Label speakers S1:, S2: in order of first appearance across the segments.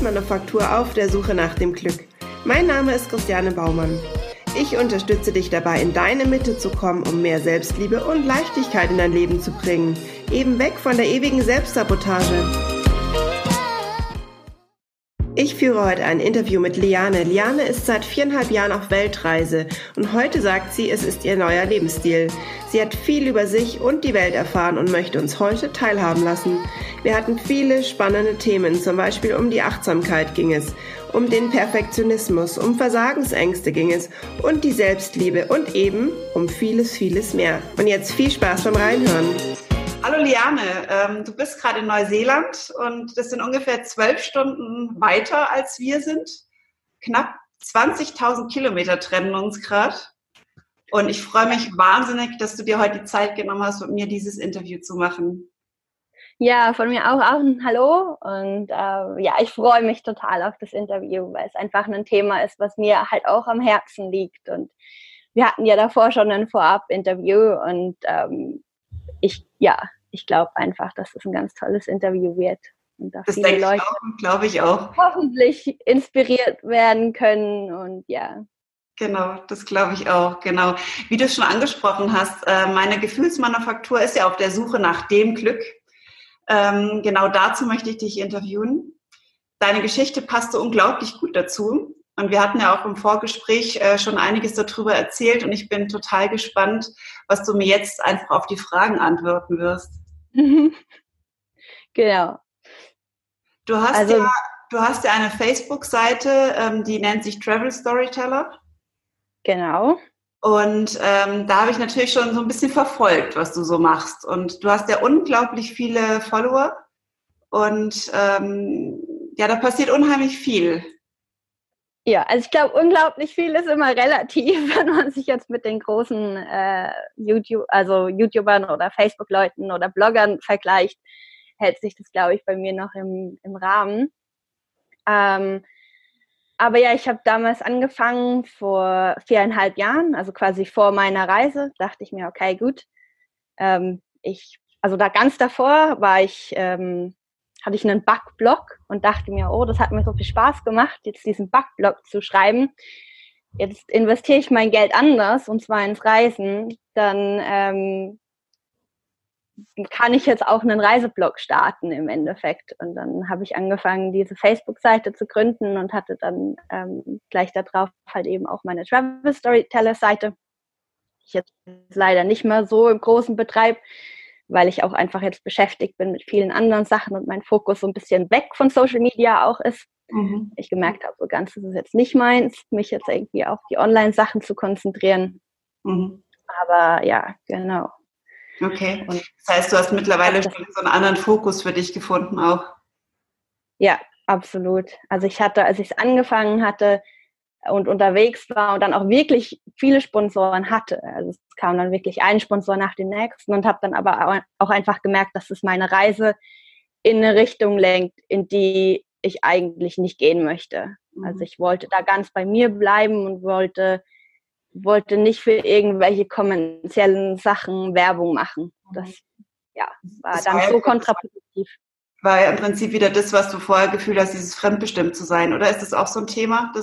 S1: Gefühlsmanufaktur auf der Suche nach dem Glück. Mein Name ist Christiane Baumann. Ich unterstütze dich dabei, in deine Mitte zu kommen, um mehr Selbstliebe und Leichtigkeit in dein Leben zu bringen. Eben weg von der ewigen Selbstsabotage. Ich führe heute ein Interview mit Liane. Liane ist seit 4,5 Jahren auf Weltreise und heute sagt sie, es ist ihr neuer Lebensstil. Sie hat viel über sich und die Welt erfahren und möchte uns heute teilhaben lassen. Wir hatten viele spannende Themen, zum Beispiel um die Achtsamkeit ging es, um den Perfektionismus, um Versagensängste ging es und die Selbstliebe und eben um vieles, vieles mehr. Und jetzt viel Spaß beim Reinhören. Hallo Liane, du bist gerade in Neuseeland und das sind ungefähr 12 Stunden weiter als wir sind. Knapp 20.000 Kilometer trennen uns gerade. Und ich freue mich wahnsinnig, dass du dir heute die Zeit genommen hast, mit mir dieses Interview zu machen.
S2: Ja, von mir auch ein Hallo und ich freue mich total auf das Interview, weil es einfach ein Thema ist, was mir halt auch am Herzen liegt. Und wir hatten ja davor schon ein Vorab-Interview und ich glaube einfach, dass es ein ganz tolles Interview wird. Und da
S1: das
S2: viele Leute
S1: glaube ich auch.
S2: Hoffentlich inspiriert werden können und ja.
S1: Genau, das glaube ich auch, genau. Wie du es schon angesprochen hast, meine Gefühlsmanufaktur ist ja auf der Suche nach dem Glück. Genau dazu möchte ich dich interviewen. Deine Geschichte passte unglaublich gut dazu. Und wir hatten ja auch im Vorgespräch schon einiges darüber erzählt und ich bin total gespannt, was du mir jetzt einfach auf die Fragen antworten wirst.
S2: Genau.
S1: Du hast ja eine Facebook-Seite, die nennt sich Travel Storyteller.
S2: Genau.
S1: Und da habe ich natürlich schon so ein bisschen verfolgt, was du so machst. Und du hast ja unglaublich viele Follower und da passiert unheimlich viel.
S2: Ja, also ich glaube, unglaublich viel ist immer relativ, wenn man sich jetzt mit den großen YouTubern oder Facebook-Leuten oder Bloggern vergleicht, hält sich das, glaube ich, bei mir noch im Rahmen. Aber ja, ich habe damals angefangen vor 4,5 Jahren, also quasi vor meiner Reise, dachte ich mir, okay, gut. Da ganz davor hatte ich einen Backblog und dachte mir, oh, das hat mir so viel Spaß gemacht, jetzt diesen Backblog zu schreiben. Jetzt investiere ich mein Geld anders, und zwar ins Reisen. Dann kann ich jetzt auch einen Reiseblog starten im Endeffekt. Und dann habe ich angefangen, diese Facebook-Seite zu gründen und hatte dann gleich darauf halt eben auch meine Travel Storyteller-Seite, die ich jetzt leider nicht mehr so im Großen betreibe, weil ich auch einfach jetzt beschäftigt bin mit vielen anderen Sachen und mein Fokus so ein bisschen weg von Social Media auch ist. Ich gemerkt habe, so ganz ist es jetzt nicht meins, mich jetzt irgendwie auf die Online-Sachen zu konzentrieren. Aber ja, genau.
S1: Okay, und das heißt, du hast mittlerweile schon so einen anderen Fokus für dich gefunden auch.
S2: Ja, absolut. Also ich hatte, als ich es angefangen hatte und unterwegs war und dann auch wirklich viele Sponsoren hatte, also es kam dann wirklich ein Sponsor nach dem nächsten und habe dann aber auch einfach gemerkt, dass es meine Reise in eine Richtung lenkt, in die ich eigentlich nicht gehen möchte. Also ich wollte da ganz bei mir bleiben und wollte nicht für irgendwelche kommerziellen Sachen Werbung machen. Das war dann so kontraproduktiv.
S1: War ja im Prinzip wieder das, was du vorher gefühlt hast, dieses fremdbestimmt zu sein. Oder ist das auch so ein Thema?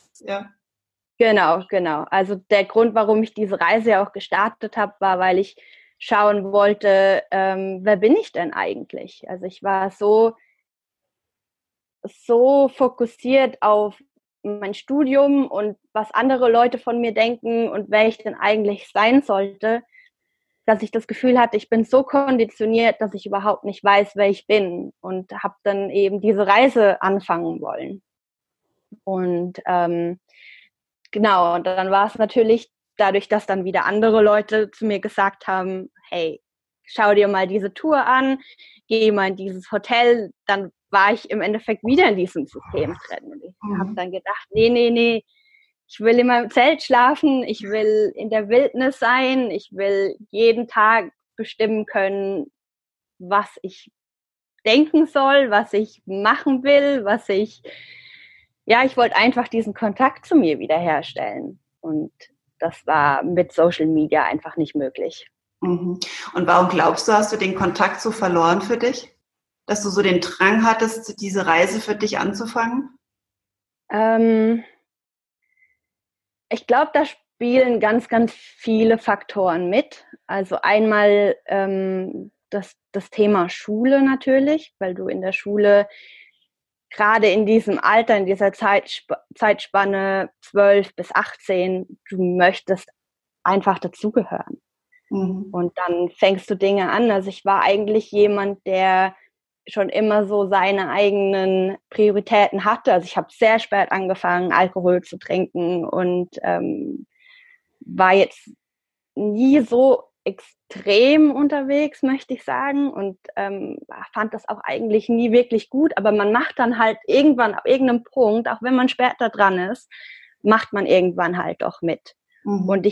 S2: Genau. Also der Grund, warum ich diese Reise auch gestartet habe, war, weil ich schauen wollte, wer bin ich denn eigentlich? Also ich war so fokussiert auf mein Studium und was andere Leute von mir denken und wer ich denn eigentlich sein sollte, dass ich das Gefühl hatte, ich bin so konditioniert, dass ich überhaupt nicht weiß, wer ich bin, und habe dann eben diese Reise anfangen wollen. Und genau, und dann war es natürlich dadurch, dass dann wieder andere Leute zu mir gesagt haben, hey, schau dir mal diese Tour an, geh mal in dieses Hotel, dann war ich im Endeffekt wieder in diesem System drin. Und ich habe dann gedacht, nee, ich will in meinem Zelt schlafen, ich will in der Wildnis sein, ich will jeden Tag bestimmen können, was ich denken soll, was ich machen will, ich wollte einfach diesen Kontakt zu mir wiederherstellen. Und das war mit Social Media einfach nicht möglich.
S1: Und warum glaubst du, hast du den Kontakt so verloren für dich?
S3: dass du so den Drang hattest, diese Reise für dich anzufangen?
S2: Ich glaube, da spielen ganz, ganz viele Faktoren mit. Also einmal das Thema Schule natürlich, weil du in der Schule gerade in diesem Alter, in dieser Zeitspanne 12 bis 18, du möchtest einfach dazugehören. Mhm. Und dann fängst du Dinge an. Also ich war eigentlich jemand, der schon immer so seine eigenen Prioritäten hatte. Also ich habe sehr spät angefangen, Alkohol zu trinken und war jetzt nie so extrem unterwegs, möchte ich sagen, und fand das auch eigentlich nie wirklich gut, aber man macht dann halt irgendwann ab irgendeinem Punkt, auch wenn man später dran ist, macht man irgendwann halt auch mit. Mhm. Und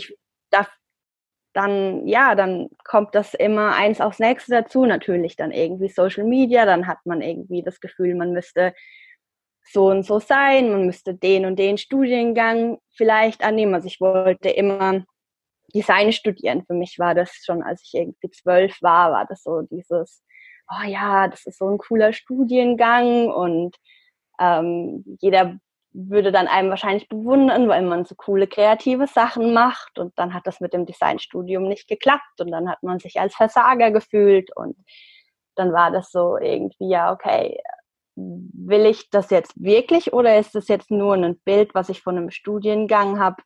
S2: dann kommt das immer eins aufs nächste dazu, natürlich dann irgendwie Social Media, dann hat man irgendwie das Gefühl, man müsste so und so sein, man müsste den und den Studiengang vielleicht annehmen. Also ich wollte immer Design studieren. Für mich war das schon, als ich irgendwie 12 war das so dieses, oh ja, das ist so ein cooler Studiengang und jeder würde dann einem wahrscheinlich bewundern, weil man so coole kreative Sachen macht, und dann hat das mit dem Designstudium nicht geklappt und dann hat man sich als Versager gefühlt und dann war das so irgendwie, ja, okay, will ich das jetzt wirklich oder ist das jetzt nur ein Bild, was ich von einem Studiengang habe,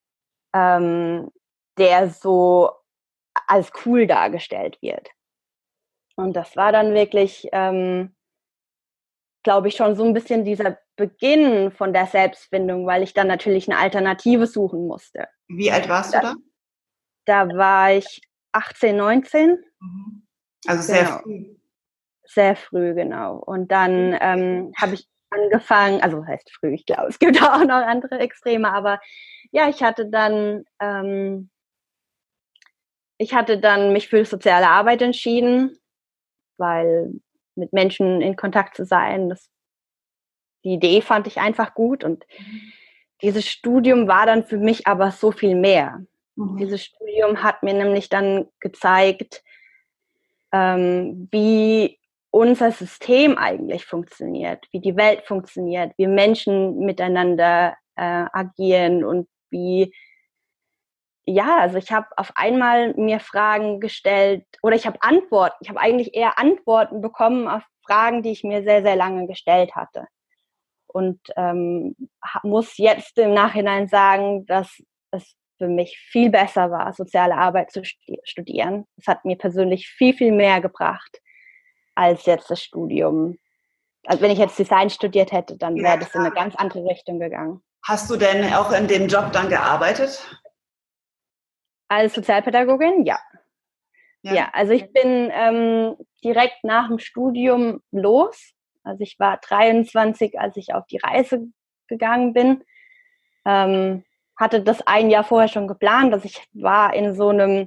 S2: der so als cool dargestellt wird. Und das war dann wirklich, glaube ich, schon so ein bisschen dieser Beginn von der Selbstfindung, weil ich dann natürlich eine Alternative suchen musste.
S3: Wie alt warst du da?
S2: Da war ich 18, 19.
S3: Also sehr früh.
S2: Sehr früh, genau. Und dann habe ich angefangen, also heißt früh, ich glaube, es gibt auch noch andere Extreme, aber ja, ich hatte dann mich für soziale Arbeit entschieden, weil mit Menschen in Kontakt zu sein, die Idee fand ich einfach gut und dieses Studium war dann für mich aber so viel mehr. Dieses Studium hat mir nämlich dann gezeigt, wie unser System eigentlich funktioniert, wie die Welt funktioniert, wie Menschen miteinander agieren und also ich habe auf einmal mir Fragen gestellt oder ich habe eigentlich eher Antworten bekommen auf Fragen, die ich mir sehr, sehr lange gestellt hatte. Und muss jetzt im Nachhinein sagen, dass es für mich viel besser war, soziale Arbeit zu studieren. Es hat mir persönlich viel, viel mehr gebracht als jetzt das Studium. Also wenn ich jetzt Design studiert hätte, dann wäre das in eine ganz andere Richtung gegangen.
S3: Hast du denn auch in dem Job dann gearbeitet?
S2: Als Sozialpädagogin, ja. Ja, also ich bin direkt nach dem Studium los. Also ich war 23, als ich auf die Reise gegangen bin. Hatte das ein Jahr vorher schon geplant, dass ich war in so einem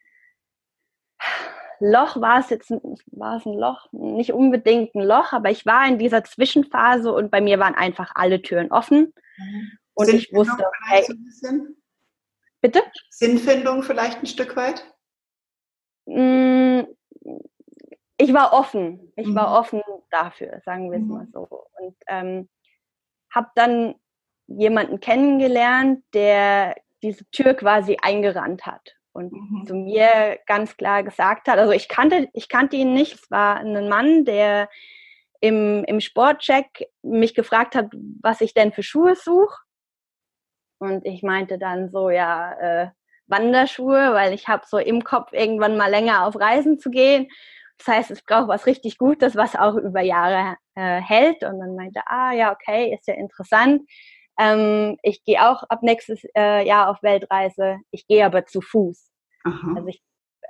S2: Loch, war es ein Loch? Nicht unbedingt ein Loch, aber ich war in dieser Zwischenphase und bei mir waren einfach alle Türen offen. Und ich wusste, okay, so ein bisschen? Bitte?
S3: Sinnfindung vielleicht ein Stück weit?
S2: Ich war offen. Ich war offen dafür, sagen wir es mal so. Und habe dann jemanden kennengelernt, der diese Tür quasi eingerannt hat und zu mir ganz klar gesagt hat, also ich kannte ihn nicht, es war ein Mann, der im Sportcheck mich gefragt hat, was ich denn für Schuhe suche. Und ich meinte dann so, ja, Wanderschuhe, weil ich habe so im Kopf irgendwann mal länger auf Reisen zu gehen. Das heißt, es braucht was richtig Gutes, was auch über Jahre hält. Und dann meinte, ja, okay, ist ja interessant. Ich gehe auch ab nächstes Jahr auf Weltreise. Ich gehe aber zu Fuß. Also ich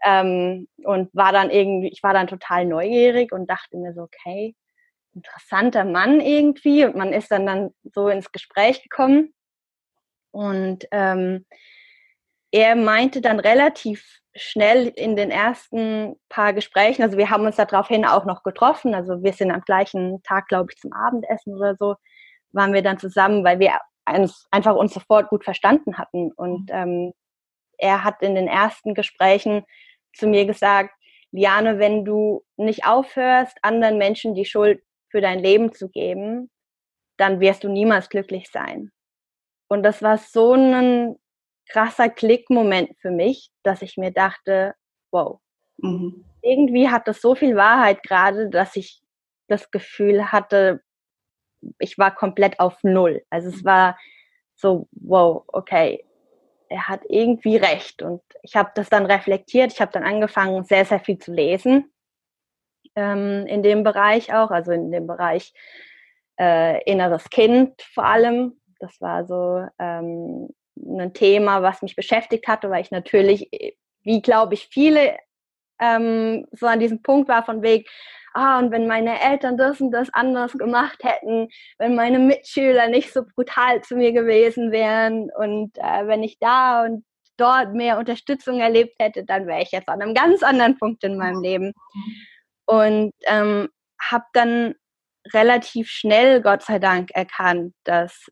S2: war dann total neugierig und dachte mir so, okay, interessanter Mann irgendwie. Und man ist dann so ins Gespräch gekommen. Und er meinte dann relativ schnell in den ersten paar Gesprächen, also wir haben uns daraufhin auch noch getroffen, also wir sind am gleichen Tag, glaube ich, zum Abendessen oder so, waren wir dann zusammen, weil wir uns sofort gut verstanden hatten. Und er hat in den ersten Gesprächen zu mir gesagt, Liane, wenn du nicht aufhörst, anderen Menschen die Schuld für dein Leben zu geben, dann wirst du niemals glücklich sein. Und das war so ein krasser Klickmoment für mich, dass ich mir dachte, wow, irgendwie hat das so viel Wahrheit gerade, dass ich das Gefühl hatte, ich war komplett auf Null. Also es war so, wow, okay, er hat irgendwie recht. Und ich habe das dann reflektiert. Ich habe dann angefangen, sehr, sehr viel zu lesen in dem Bereich auch, also in dem Bereich inneres Kind vor allem. Das war so ein Thema, was mich beschäftigt hatte, weil ich natürlich, wie glaube ich, viele so an diesem Punkt war von Weg, und wenn meine Eltern das und das anders gemacht hätten, wenn meine Mitschüler nicht so brutal zu mir gewesen wären und wenn ich da und dort mehr Unterstützung erlebt hätte, dann wäre ich jetzt an einem ganz anderen Punkt in meinem Leben. Und habe dann relativ schnell, Gott sei Dank, erkannt, dass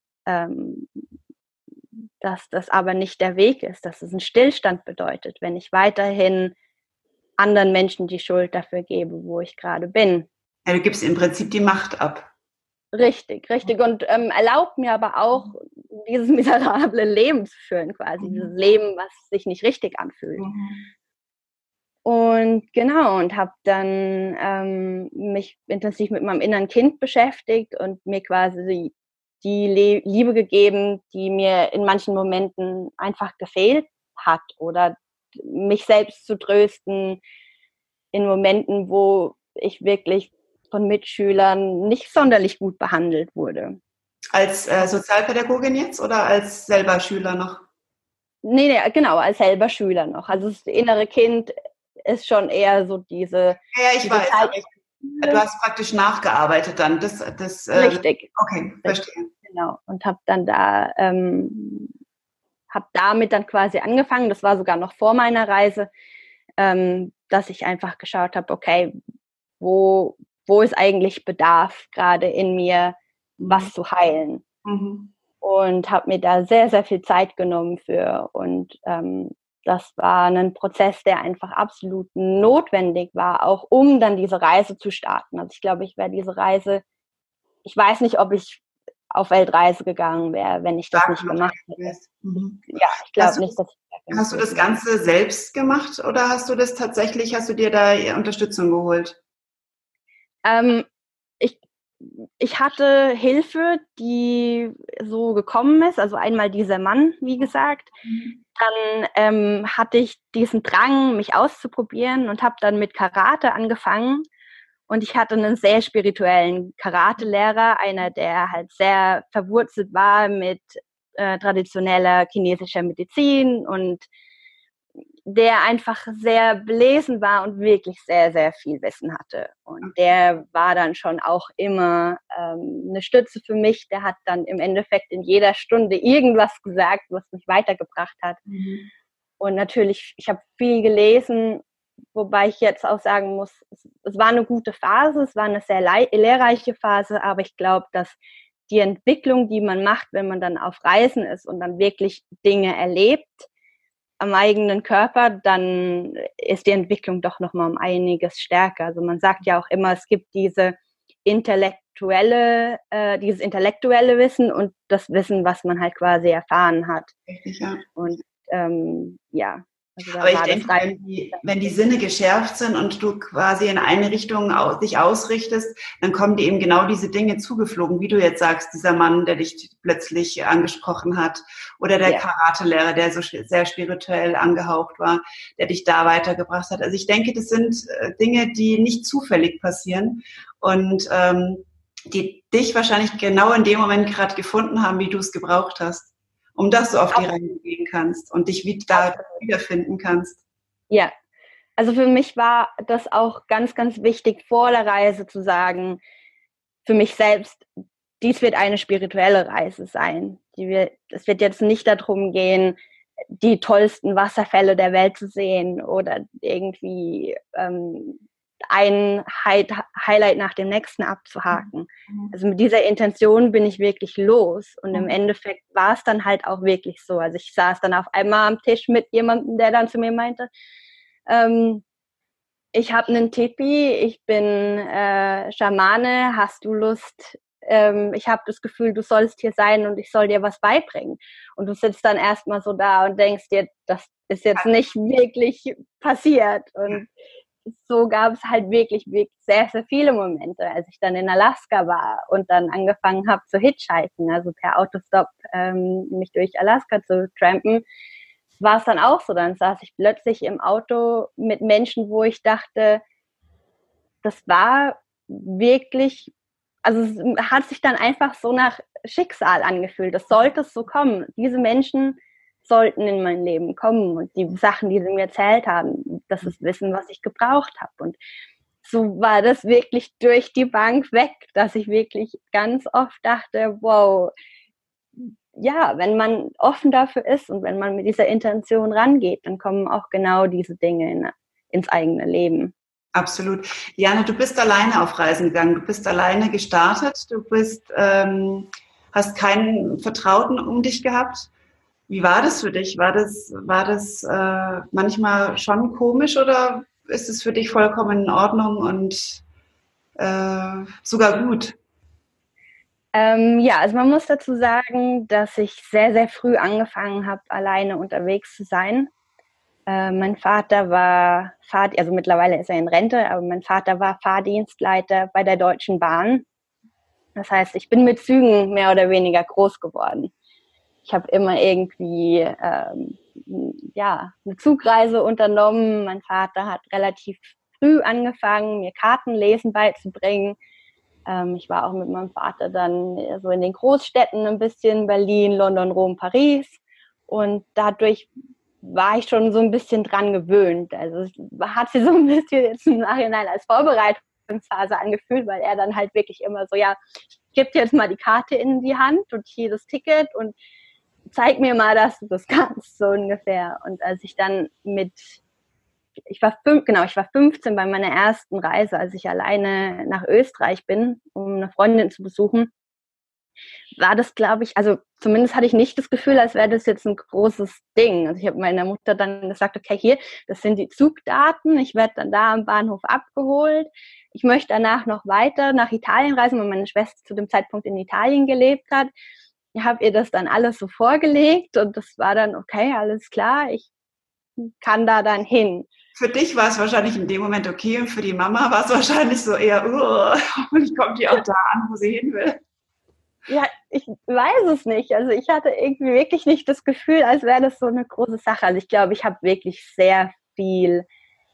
S2: das aber nicht der Weg ist, dass es einen Stillstand bedeutet, wenn ich weiterhin anderen Menschen die Schuld dafür gebe, wo ich gerade bin.
S3: Ja, du gibst im Prinzip die Macht ab.
S2: Richtig. Und erlaubt mir aber auch, dieses miserable Leben zu führen, quasi. Dieses Leben, was sich nicht richtig anfühlt. Und genau, und habe dann mich intensiv mit meinem inneren Kind beschäftigt und mir quasi die Liebe gegeben, die mir in manchen Momenten einfach gefehlt hat, oder mich selbst zu trösten in Momenten, wo ich wirklich von Mitschülern nicht sonderlich gut behandelt wurde.
S3: Als Sozialpädagogin jetzt oder als selber Schüler noch?
S2: Nee, genau, als selber Schüler noch. Also das innere Kind ist schon eher so diese...
S3: Ja, ich weiß. Du hast praktisch nachgearbeitet dann.
S2: Richtig.
S3: Okay, verstehe.
S2: Genau. Und habe dann habe damit dann quasi angefangen. Das war sogar noch vor meiner Reise, dass ich einfach geschaut habe, okay, wo ist eigentlich Bedarf gerade in mir, was zu heilen. Und habe mir da sehr, sehr viel Zeit genommen für. Und das war ein Prozess, der einfach absolut notwendig war, auch um dann diese Reise zu starten. Also ich glaube, ich weiß nicht, ob ich auf Weltreise gegangen wäre, wenn ich das nicht gemacht hätte. Ja, ich glaube nicht, dass ich...
S3: Hast du das Ganze selbst gemacht oder hast du dir da Unterstützung geholt?
S2: Ich hatte Hilfe, die so gekommen ist, also einmal dieser Mann, wie gesagt. Dann hatte ich diesen Drang, mich auszuprobieren und habe dann mit Karate angefangen. Und ich hatte einen sehr spirituellen Karate-Lehrer, einer, der halt sehr verwurzelt war mit traditioneller chinesischer Medizin und der einfach sehr belesen war und wirklich sehr, sehr viel Wissen hatte. Und der war dann schon auch immer eine Stütze für mich. Der hat dann im Endeffekt in jeder Stunde irgendwas gesagt, was mich weitergebracht hat. Und natürlich, ich habe viel gelesen, wobei ich jetzt auch sagen muss, es war eine gute Phase, es war eine sehr lehrreiche Phase, aber ich glaube, dass die Entwicklung, die man macht, wenn man dann auf Reisen ist und dann wirklich Dinge erlebt, am eigenen Körper, dann ist die Entwicklung doch nochmal um einiges stärker. Also man sagt ja auch immer, es gibt dieses intellektuelle Wissen und das Wissen, was man halt quasi erfahren hat.
S3: Richtig, ja.
S2: Und ja. Also
S3: aber ich denke, wenn die Sinne geschärft sind und du quasi in eine Richtung dich ausrichtest, dann kommen dir eben genau diese Dinge zugeflogen, wie du jetzt sagst, dieser Mann, der dich plötzlich angesprochen hat, oder der Karate-Lehrer, der so sehr spirituell angehaucht war, der dich da weitergebracht hat. Also ich denke, das sind Dinge, die nicht zufällig passieren und die dich wahrscheinlich genau in dem Moment gerade gefunden haben, wie du es gebraucht hast, um dass du auf die Reise gehen kannst und dich wiederfinden kannst.
S2: Ja, also für mich war das auch ganz, ganz wichtig, vor der Reise zu sagen, für mich selbst, dies wird eine spirituelle Reise sein. Es wird jetzt nicht darum gehen, die tollsten Wasserfälle der Welt zu sehen oder irgendwie ein Highlight nach dem nächsten abzuhaken. Also mit dieser Intention bin ich wirklich los und im Endeffekt war es dann halt auch wirklich so. Also ich saß dann auf einmal am Tisch mit jemandem, der dann zu mir meinte, ich habe einen Tipi, ich bin Schamane, hast du Lust? Ich habe das Gefühl, du sollst hier sein und ich soll dir was beibringen. Und du sitzt dann erstmal so da und denkst dir, das ist jetzt nicht wirklich passiert. Und so gab es halt wirklich, wirklich sehr, sehr viele Momente, als ich dann in Alaska war und dann angefangen habe zu hitchhiken, also per Autostop mich durch Alaska zu trampen, war es dann auch so. Dann saß ich plötzlich im Auto mit Menschen, wo ich dachte, das war wirklich, also es hat sich dann einfach so nach Schicksal angefühlt. Das sollte es so kommen. Diese Menschen sollten in mein Leben kommen und die Sachen, die sie mir erzählt haben, das ist Wissen, was ich gebraucht habe. Und so war das wirklich durch die Bank weg, dass ich wirklich ganz oft dachte, wow, ja, wenn man offen dafür ist und wenn man mit dieser Intention rangeht, dann kommen auch genau diese Dinge ins eigene Leben.
S3: Absolut. Liane, du bist alleine auf Reisen gegangen, du bist alleine gestartet, du bist, hast keinen Vertrauten um dich gehabt. Wie war das für dich? War das manchmal schon komisch oder ist es für dich vollkommen in Ordnung und sogar gut?
S2: Ja, also man muss dazu sagen, dass ich sehr, sehr früh angefangen habe, alleine unterwegs zu sein. Mein Vater war, also mittlerweile ist er in Rente, aber mein Vater war Fahrdienstleiter bei der Deutschen Bahn. Das heißt, ich bin mit Zügen mehr oder weniger groß geworden. Ich habe immer irgendwie eine Zugreise unternommen. Mein Vater hat relativ früh angefangen, mir Kartenlesen beizubringen. Ich war auch mit meinem Vater dann so in den Großstädten ein bisschen, Berlin, London, Rom, Paris. Und dadurch war ich schon so ein bisschen dran gewöhnt. Also es hat sich so ein bisschen jetzt im Nachhinein als Vorbereitungsphase angefühlt, weil er dann halt wirklich immer so, ja, ich gebe dir jetzt mal die Karte in die Hand und hier das Ticket und zeig mir mal, dass du das kannst, so ungefähr. Und als ich dann ich war 15 bei meiner ersten Reise, als ich alleine nach Österreich bin, um eine Freundin zu besuchen, war das, glaube ich, also zumindest hatte ich nicht das Gefühl, als wäre das jetzt ein großes Ding. Also ich habe meiner Mutter dann gesagt, okay, hier, das sind die Zugdaten, ich werde dann da am Bahnhof abgeholt. Ich möchte danach noch weiter nach Italien reisen, weil meine Schwester zu dem Zeitpunkt in Italien gelebt hat. Ich habe ihr das dann alles so vorgelegt und das war dann, okay, alles klar, ich kann da dann hin.
S3: Für dich war es wahrscheinlich in dem Moment okay und für die Mama war es wahrscheinlich so eher, hoffentlich kommt die auch da an, wo sie hin will.
S2: Ja, ich weiß es nicht. Also ich hatte irgendwie wirklich nicht das Gefühl, als wäre das so eine große Sache. Also ich glaube, ich habe wirklich sehr viel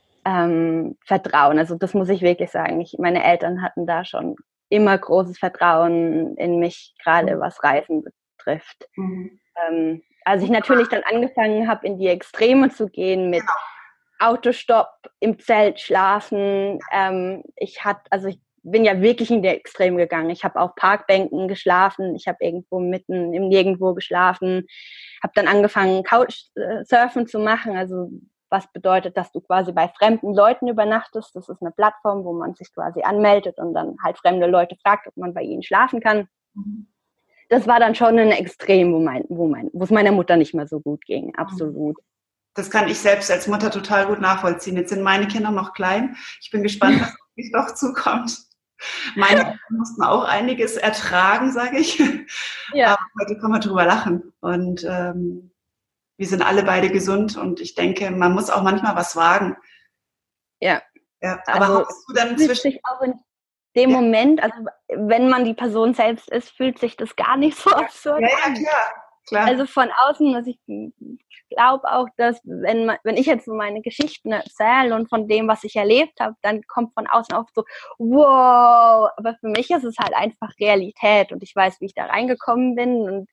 S2: Vertrauen. Also das muss ich wirklich sagen. Meine Eltern hatten da schon immer großes Vertrauen in mich, gerade was Reisen betrifft. Mhm. Als ich natürlich dann angefangen habe, in die Extreme zu gehen mit Autostopp, im Zelt schlafen. Ich bin ja wirklich in die Extreme gegangen. Ich habe auf Parkbänken geschlafen, ich habe irgendwo mitten im Nirgendwo geschlafen, habe dann angefangen, Couchsurfen zu machen, also was bedeutet, dass du quasi bei fremden Leuten übernachtest. Das ist eine Plattform, wo man sich quasi anmeldet und dann halt fremde Leute fragt, ob man bei ihnen schlafen kann. Das war dann schon ein Extrem, wo es meiner Mutter nicht mehr so gut ging, absolut.
S3: Das kann ich selbst als Mutter total gut nachvollziehen. Jetzt sind meine Kinder noch klein. Ich bin gespannt, was auf mich noch zukommt. Meine Eltern mussten auch einiges ertragen, sage ich. Ja. Aber heute können wir drüber lachen. Und wir sind alle beide gesund. Und ich denke, man muss auch manchmal was wagen.
S2: Ja.
S3: Aber also, hast du dann
S2: sich auch in dem Moment, also wenn man die Person selbst ist, fühlt sich das gar nicht so absurd an. Ja, klar. Also von außen, also ich glaube auch, dass wenn ich jetzt so meine Geschichten erzähle und von dem, was ich erlebt habe, dann kommt von außen auch so, wow, aber für mich ist es halt einfach Realität und ich weiß, wie ich da reingekommen bin und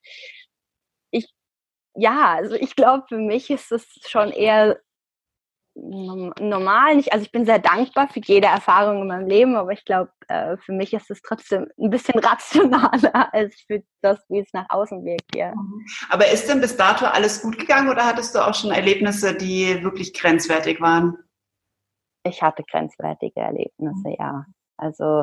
S2: also ich glaube, für mich ist es schon eher normal, nicht, also ich bin sehr dankbar für jede Erfahrung in meinem Leben, aber ich glaube, für mich ist es trotzdem ein bisschen rationaler als für das, wie es nach außen wirkt, ja.
S3: Aber ist denn bis dato alles gut gegangen oder hattest du auch schon Erlebnisse, die wirklich grenzwertig waren?
S2: Ich hatte grenzwertige Erlebnisse, ja. Also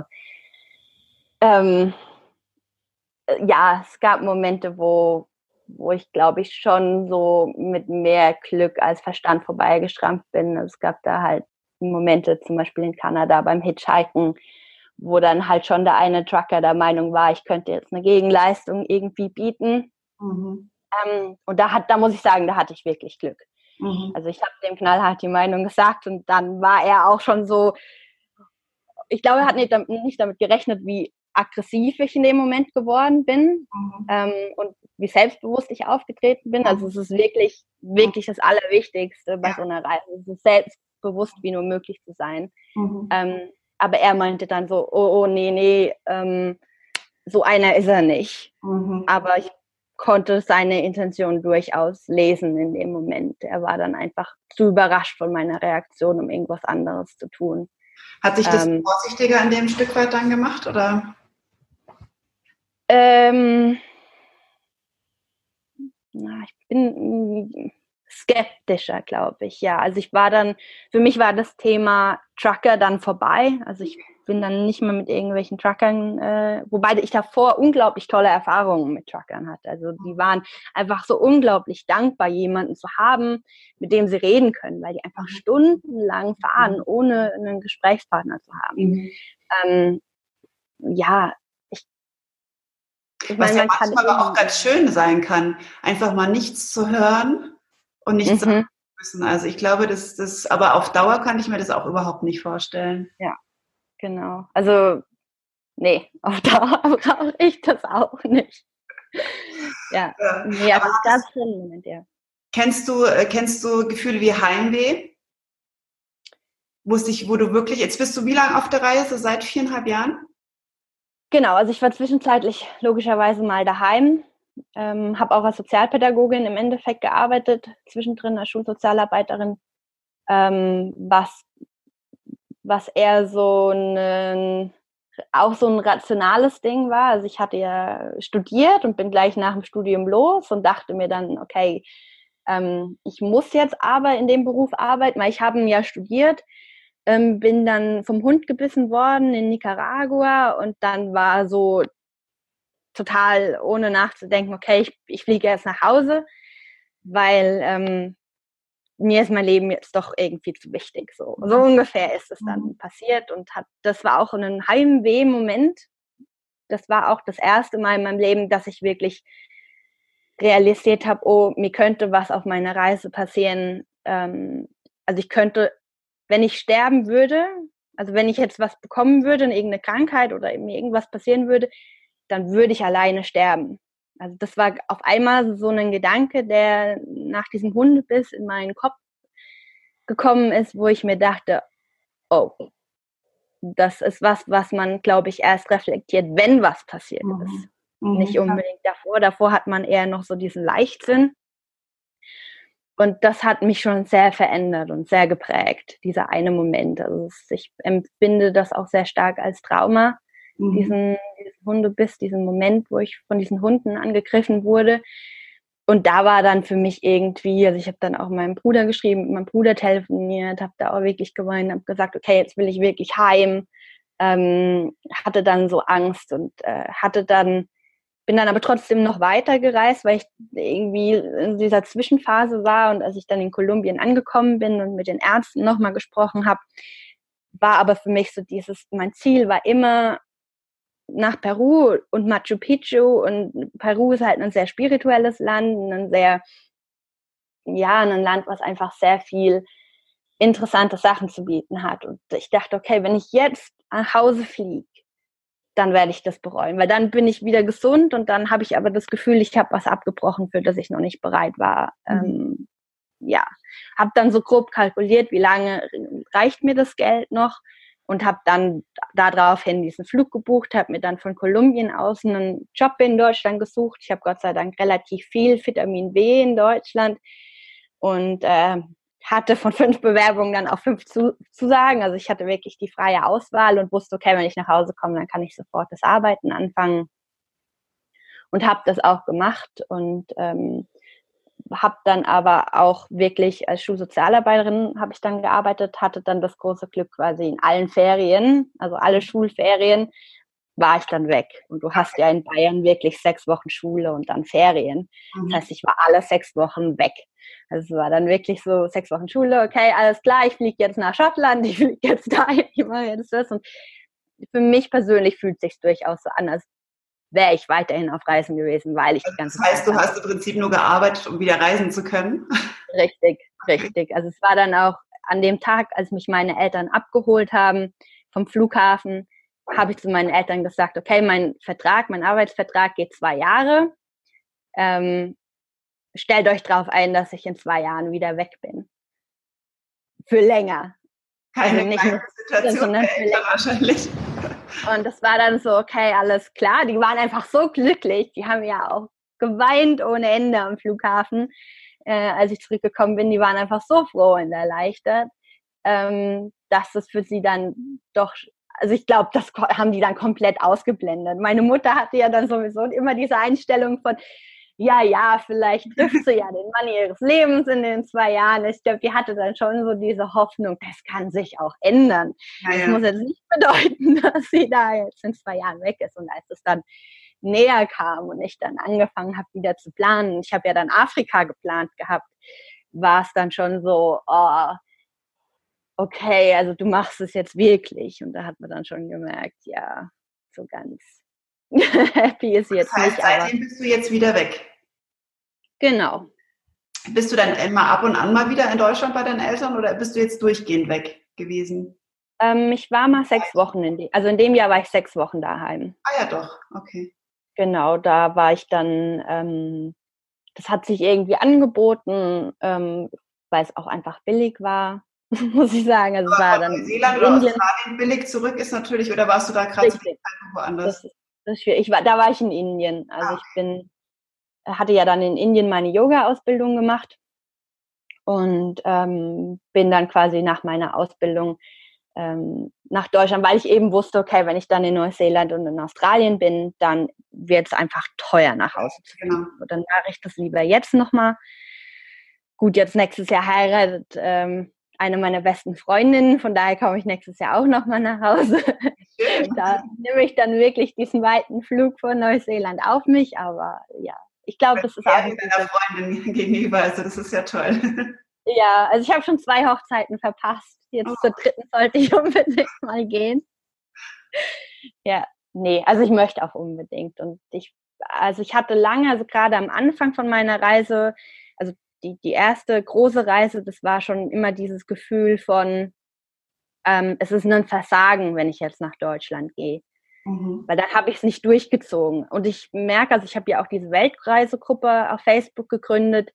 S2: es gab Momente, wo ich, glaube ich, schon so mit mehr Glück als Verstand vorbeigeschrammt bin. Es gab da halt Momente, zum Beispiel in Kanada beim Hitchhiken, wo dann halt schon der eine Trucker der Meinung war, ich könnte jetzt eine Gegenleistung irgendwie bieten. Und da muss ich sagen, da hatte ich wirklich Glück. Also ich habe dem knallhart die Meinung gesagt und dann war er auch schon so, ich glaube, er hat nicht damit gerechnet, wie aggressiv ich in dem Moment geworden bin und wie selbstbewusst ich aufgetreten bin. Also es ist wirklich, wirklich das Allerwichtigste bei so einer Reise. Es ist selbstbewusst wie nur möglich zu sein. Aber er meinte dann so, oh nee, so einer ist er nicht. Aber ich konnte seine Intention durchaus lesen in dem Moment. Er war dann einfach zu überrascht von meiner Reaktion, um irgendwas anderes zu tun.
S3: Hat sich das vorsichtiger an dem Stück weit dann gemacht, oder?
S2: Ich bin skeptischer, glaube ich, ja. Also für mich war das Thema Trucker dann vorbei. Also ich bin dann nicht mehr mit irgendwelchen Truckern, wobei ich davor unglaublich tolle Erfahrungen mit Truckern hatte. Also die waren einfach so unglaublich dankbar, jemanden zu haben, mit dem sie reden können, weil die einfach stundenlang fahren, ohne einen Gesprächspartner zu haben. Ich
S3: meine,
S2: was
S3: ja manchmal aber auch ganz schön sein kann, einfach mal nichts zu hören und nichts sagen zu müssen. Also ich glaube, aber auf Dauer kann ich mir das auch überhaupt nicht vorstellen.
S2: Ja, genau. Also, nee, auf Dauer brauche ich das auch nicht. Ja, nee, also das ist ein Moment, ja.
S3: Kennst du Gefühle wie Heimweh? Wo du wirklich, jetzt bist du wie lange auf der Reise? Seit 4,5 Jahren?
S2: Genau, also ich war zwischenzeitlich logischerweise mal daheim, habe auch als Sozialpädagogin im Endeffekt gearbeitet, zwischendrin als Schulsozialarbeiterin, was eher auch so ein rationales Ding war. Also ich hatte ja studiert und bin gleich nach dem Studium los und dachte mir dann, okay, ich muss jetzt aber in dem Beruf arbeiten, weil ich habe ein Jahr studiert. Bin dann vom Hund gebissen worden in Nicaragua und dann war so total ohne nachzudenken, okay, ich fliege jetzt nach Hause, weil mir ist mein Leben jetzt doch irgendwie zu wichtig. So ungefähr ist es dann passiert und das war auch ein Heimweh-Moment. Das war auch das erste Mal in meinem Leben, dass ich wirklich realisiert habe, oh, mir könnte was auf meiner Reise passieren. Also ich könnte, wenn ich sterben würde, also wenn ich jetzt was bekommen würde, irgendeine Krankheit oder mir irgendwas passieren würde, dann würde ich alleine sterben. Also das war auf einmal so ein Gedanke, der nach diesem Hundebiss in meinen Kopf gekommen ist, wo ich mir dachte, oh, das ist was man, glaube ich, erst reflektiert, wenn was passiert ist. Nicht unbedingt davor. Davor hat man eher noch so diesen Leichtsinn. Und das hat mich schon sehr verändert und sehr geprägt, dieser eine Moment. Also ich empfinde das auch sehr stark als Trauma, diesen Hundebiss, diesen Moment, wo ich von diesen Hunden angegriffen wurde. Und da war dann für mich irgendwie, also ich habe dann auch meinem Bruder geschrieben, mit meinem Bruder telefoniert, habe da auch wirklich geweint, habe gesagt, okay, jetzt will ich wirklich heim. Hatte dann so Angst und bin dann aber trotzdem noch weiter gereist, weil ich irgendwie in dieser Zwischenphase war und als ich dann in Kolumbien angekommen bin und mit den Ärzten nochmal gesprochen habe, war aber für mich so mein Ziel war immer nach Peru und Machu Picchu und Peru ist halt ein sehr spirituelles Land, ein Land, was einfach sehr viel interessante Sachen zu bieten hat und ich dachte, okay, wenn ich jetzt nach Hause fliege, dann werde ich das bereuen, weil dann bin ich wieder gesund und dann habe ich aber das Gefühl, ich habe was abgebrochen, für das ich noch nicht bereit war. Habe dann so grob kalkuliert, wie lange reicht mir das Geld noch und habe dann daraufhin diesen Flug gebucht, habe mir dann von Kolumbien aus einen Job in Deutschland gesucht. Ich habe Gott sei Dank relativ viel Vitamin B in Deutschland und hatte von 5 Bewerbungen dann auch 5 Zusagen. Also ich hatte wirklich die freie Auswahl und wusste, okay, wenn ich nach Hause komme, dann kann ich sofort das Arbeiten anfangen. Und habe das auch gemacht und habe dann aber auch wirklich als Schulsozialarbeiterin habe ich dann gearbeitet, hatte dann das große Glück quasi in allen Ferien, also alle Schulferien, war ich dann weg. Und du hast ja in Bayern wirklich 6 Wochen Schule und dann Ferien. Das heißt, ich war alle 6 Wochen weg. Also es war dann wirklich so 6 Wochen Schule, okay, alles klar, ich fliege jetzt nach Schottland, ich fliege jetzt dahin, ich mache jetzt das. Und für mich persönlich fühlt es sich durchaus so an, als wäre ich weiterhin auf Reisen gewesen, weil ich die ganze
S3: Das heißt,
S2: Zeit...
S3: du hast im Prinzip nur gearbeitet, um wieder reisen zu können?
S2: Richtig, richtig. Also es war dann auch an dem Tag, als mich meine Eltern abgeholt haben vom Flughafen, habe ich zu meinen Eltern gesagt, okay, mein Arbeitsvertrag geht 2 Jahre. Stellt euch darauf ein, dass ich in 2 Jahren wieder weg bin. Für länger.
S3: Keine
S2: also nicht
S3: kleine Situation,
S2: sondern für länger.
S3: Wahrscheinlich.
S2: Und das war dann so, okay, alles klar. Die waren einfach so glücklich. Die haben ja auch geweint ohne Ende am Flughafen, als ich zurückgekommen bin. Die waren einfach so froh und erleichtert, dass es für sie dann doch, also ich glaube, das haben die dann komplett ausgeblendet. Meine Mutter hatte ja dann sowieso immer diese Einstellung von, ja, vielleicht trifft sie ja den Mann ihres Lebens in den 2 Jahren. Ich glaube, die hatte dann schon so diese Hoffnung, das kann sich auch ändern. Ja. Das muss jetzt nicht bedeuten, dass sie da jetzt in 2 Jahren weg ist. Und als es dann näher kam und ich dann angefangen habe, wieder zu planen, ich habe ja dann Afrika geplant gehabt, war es dann schon so, okay, also du machst es jetzt wirklich. Und da hat man dann schon gemerkt, ja, so ganz happy ist jetzt nicht.
S3: Seitdem bist du jetzt wieder weg?
S2: Genau.
S3: Bist du dann immer ab und an mal wieder in Deutschland bei deinen Eltern oder bist du jetzt durchgehend weg gewesen?
S2: Ich war mal 6 Wochen, in dem Jahr war ich 6 Wochen daheim.
S3: Ah ja, doch, okay.
S2: Genau, da war ich dann, das hat sich irgendwie angeboten, weil es auch einfach billig war, muss ich sagen. Also es war dann
S3: Neuseeland oder Australien billig zurück ist natürlich, oder warst du da gerade woanders?
S2: Das ist schwierig. Da war ich in Indien. Also ich hatte ja dann in Indien meine Yoga-Ausbildung gemacht und bin dann quasi nach meiner Ausbildung nach Deutschland, weil ich eben wusste, okay, wenn ich dann in Neuseeland und in Australien bin, dann wird es einfach teuer, nach Hause zu fliegen. Genau. Und dann mache ich das lieber jetzt nochmal. Gut, jetzt nächstes Jahr heiratet eine meiner besten Freundinnen, von daher komme ich nächstes Jahr auch nochmal nach Hause. Da nehme ich dann wirklich diesen weiten Flug von Neuseeland auf mich, aber ja, ich glaube, das ist auch
S3: deiner Freundin gegenüber, also das ist ja toll.
S2: Ja, also ich habe schon 2 Hochzeiten verpasst. Jetzt zur 3. sollte ich unbedingt mal gehen. Ja, nee, also ich möchte auch unbedingt. Und ich hatte lange, also gerade am Anfang von meiner Reise, also die erste große Reise, das war schon immer dieses Gefühl von, es ist ein Versagen, wenn ich jetzt nach Deutschland gehe. Weil dann habe ich es nicht durchgezogen. Und ich merke, also ich habe ja auch diese Weltreisegruppe auf Facebook gegründet,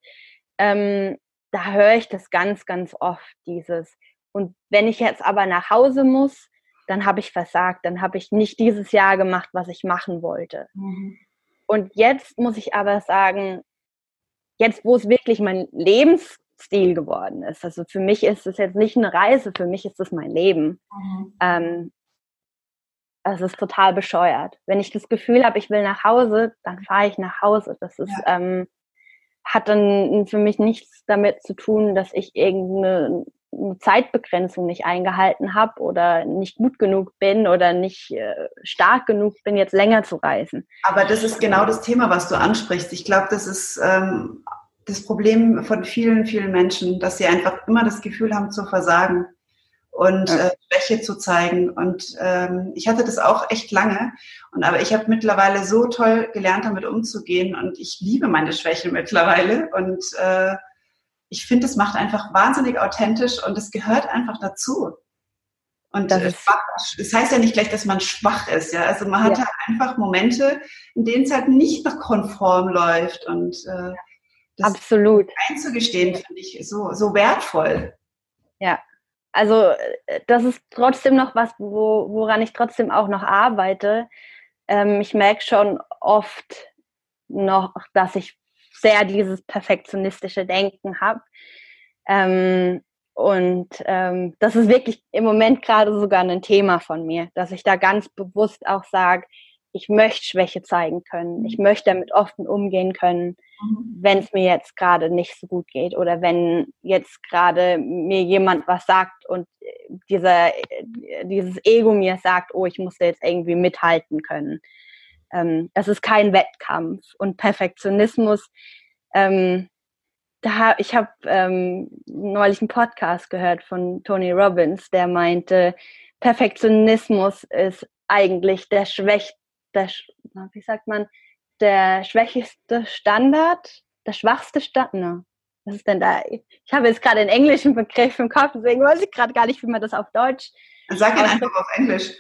S2: da höre ich das ganz, ganz oft, dieses. Und wenn ich jetzt aber nach Hause muss, dann habe ich versagt, dann habe ich nicht dieses Jahr gemacht, was ich machen wollte. Und jetzt muss ich aber sagen, jetzt, wo es wirklich mein Lebensstil geworden ist, also für mich ist es jetzt nicht eine Reise, für mich ist es mein Leben. Es ist total bescheuert. Wenn ich das Gefühl habe, ich will nach Hause, dann fahre ich nach Hause. Das ist, hat dann für mich nichts damit zu tun, dass ich irgendeine Zeitbegrenzung nicht eingehalten habe oder nicht gut genug bin oder nicht stark genug bin, jetzt länger zu reisen.
S3: Aber das ist genau das Thema, was du ansprichst. Ich glaube, das ist das Problem von vielen, vielen Menschen, dass sie einfach immer das Gefühl haben zu versagen und Schwäche zu zeigen. Und ich hatte das auch echt lange. Aber ich habe mittlerweile so toll gelernt, damit umzugehen. Und ich liebe meine Schwäche mittlerweile. Und ich finde, es macht einfach wahnsinnig authentisch und es gehört einfach dazu. Und es heißt ja nicht gleich, dass man schwach ist. Ja? Also man hat halt einfach Momente, in denen es halt nicht noch konform läuft. Und das
S2: absolut
S3: einzugestehen, finde ich so wertvoll.
S2: Ja. Also das ist trotzdem noch was, woran ich trotzdem auch noch arbeite. Ich merke schon oft noch, dass ich sehr dieses perfektionistische Denken habe. Das ist wirklich im Moment gerade sogar ein Thema von mir, dass ich da ganz bewusst auch sage, ich möchte Schwäche zeigen können. Ich möchte damit offen umgehen können, wenn es mir jetzt gerade nicht so gut geht oder wenn jetzt gerade mir jemand was sagt und dieses Ego mir sagt, oh, ich muss jetzt irgendwie mithalten können. Das ist kein Wettkampf. Und Perfektionismus, ich habe neulich einen Podcast gehört von Tony Robbins, der meinte, Perfektionismus ist eigentlich der schwächste Standard, der schwachste Standard. No. Was ist denn da? Ich habe jetzt gerade den englischen Begriff im Kopf, deswegen weiß ich gerade gar nicht, wie man das auf Deutsch.
S3: Sag ihn einfach auf Englisch.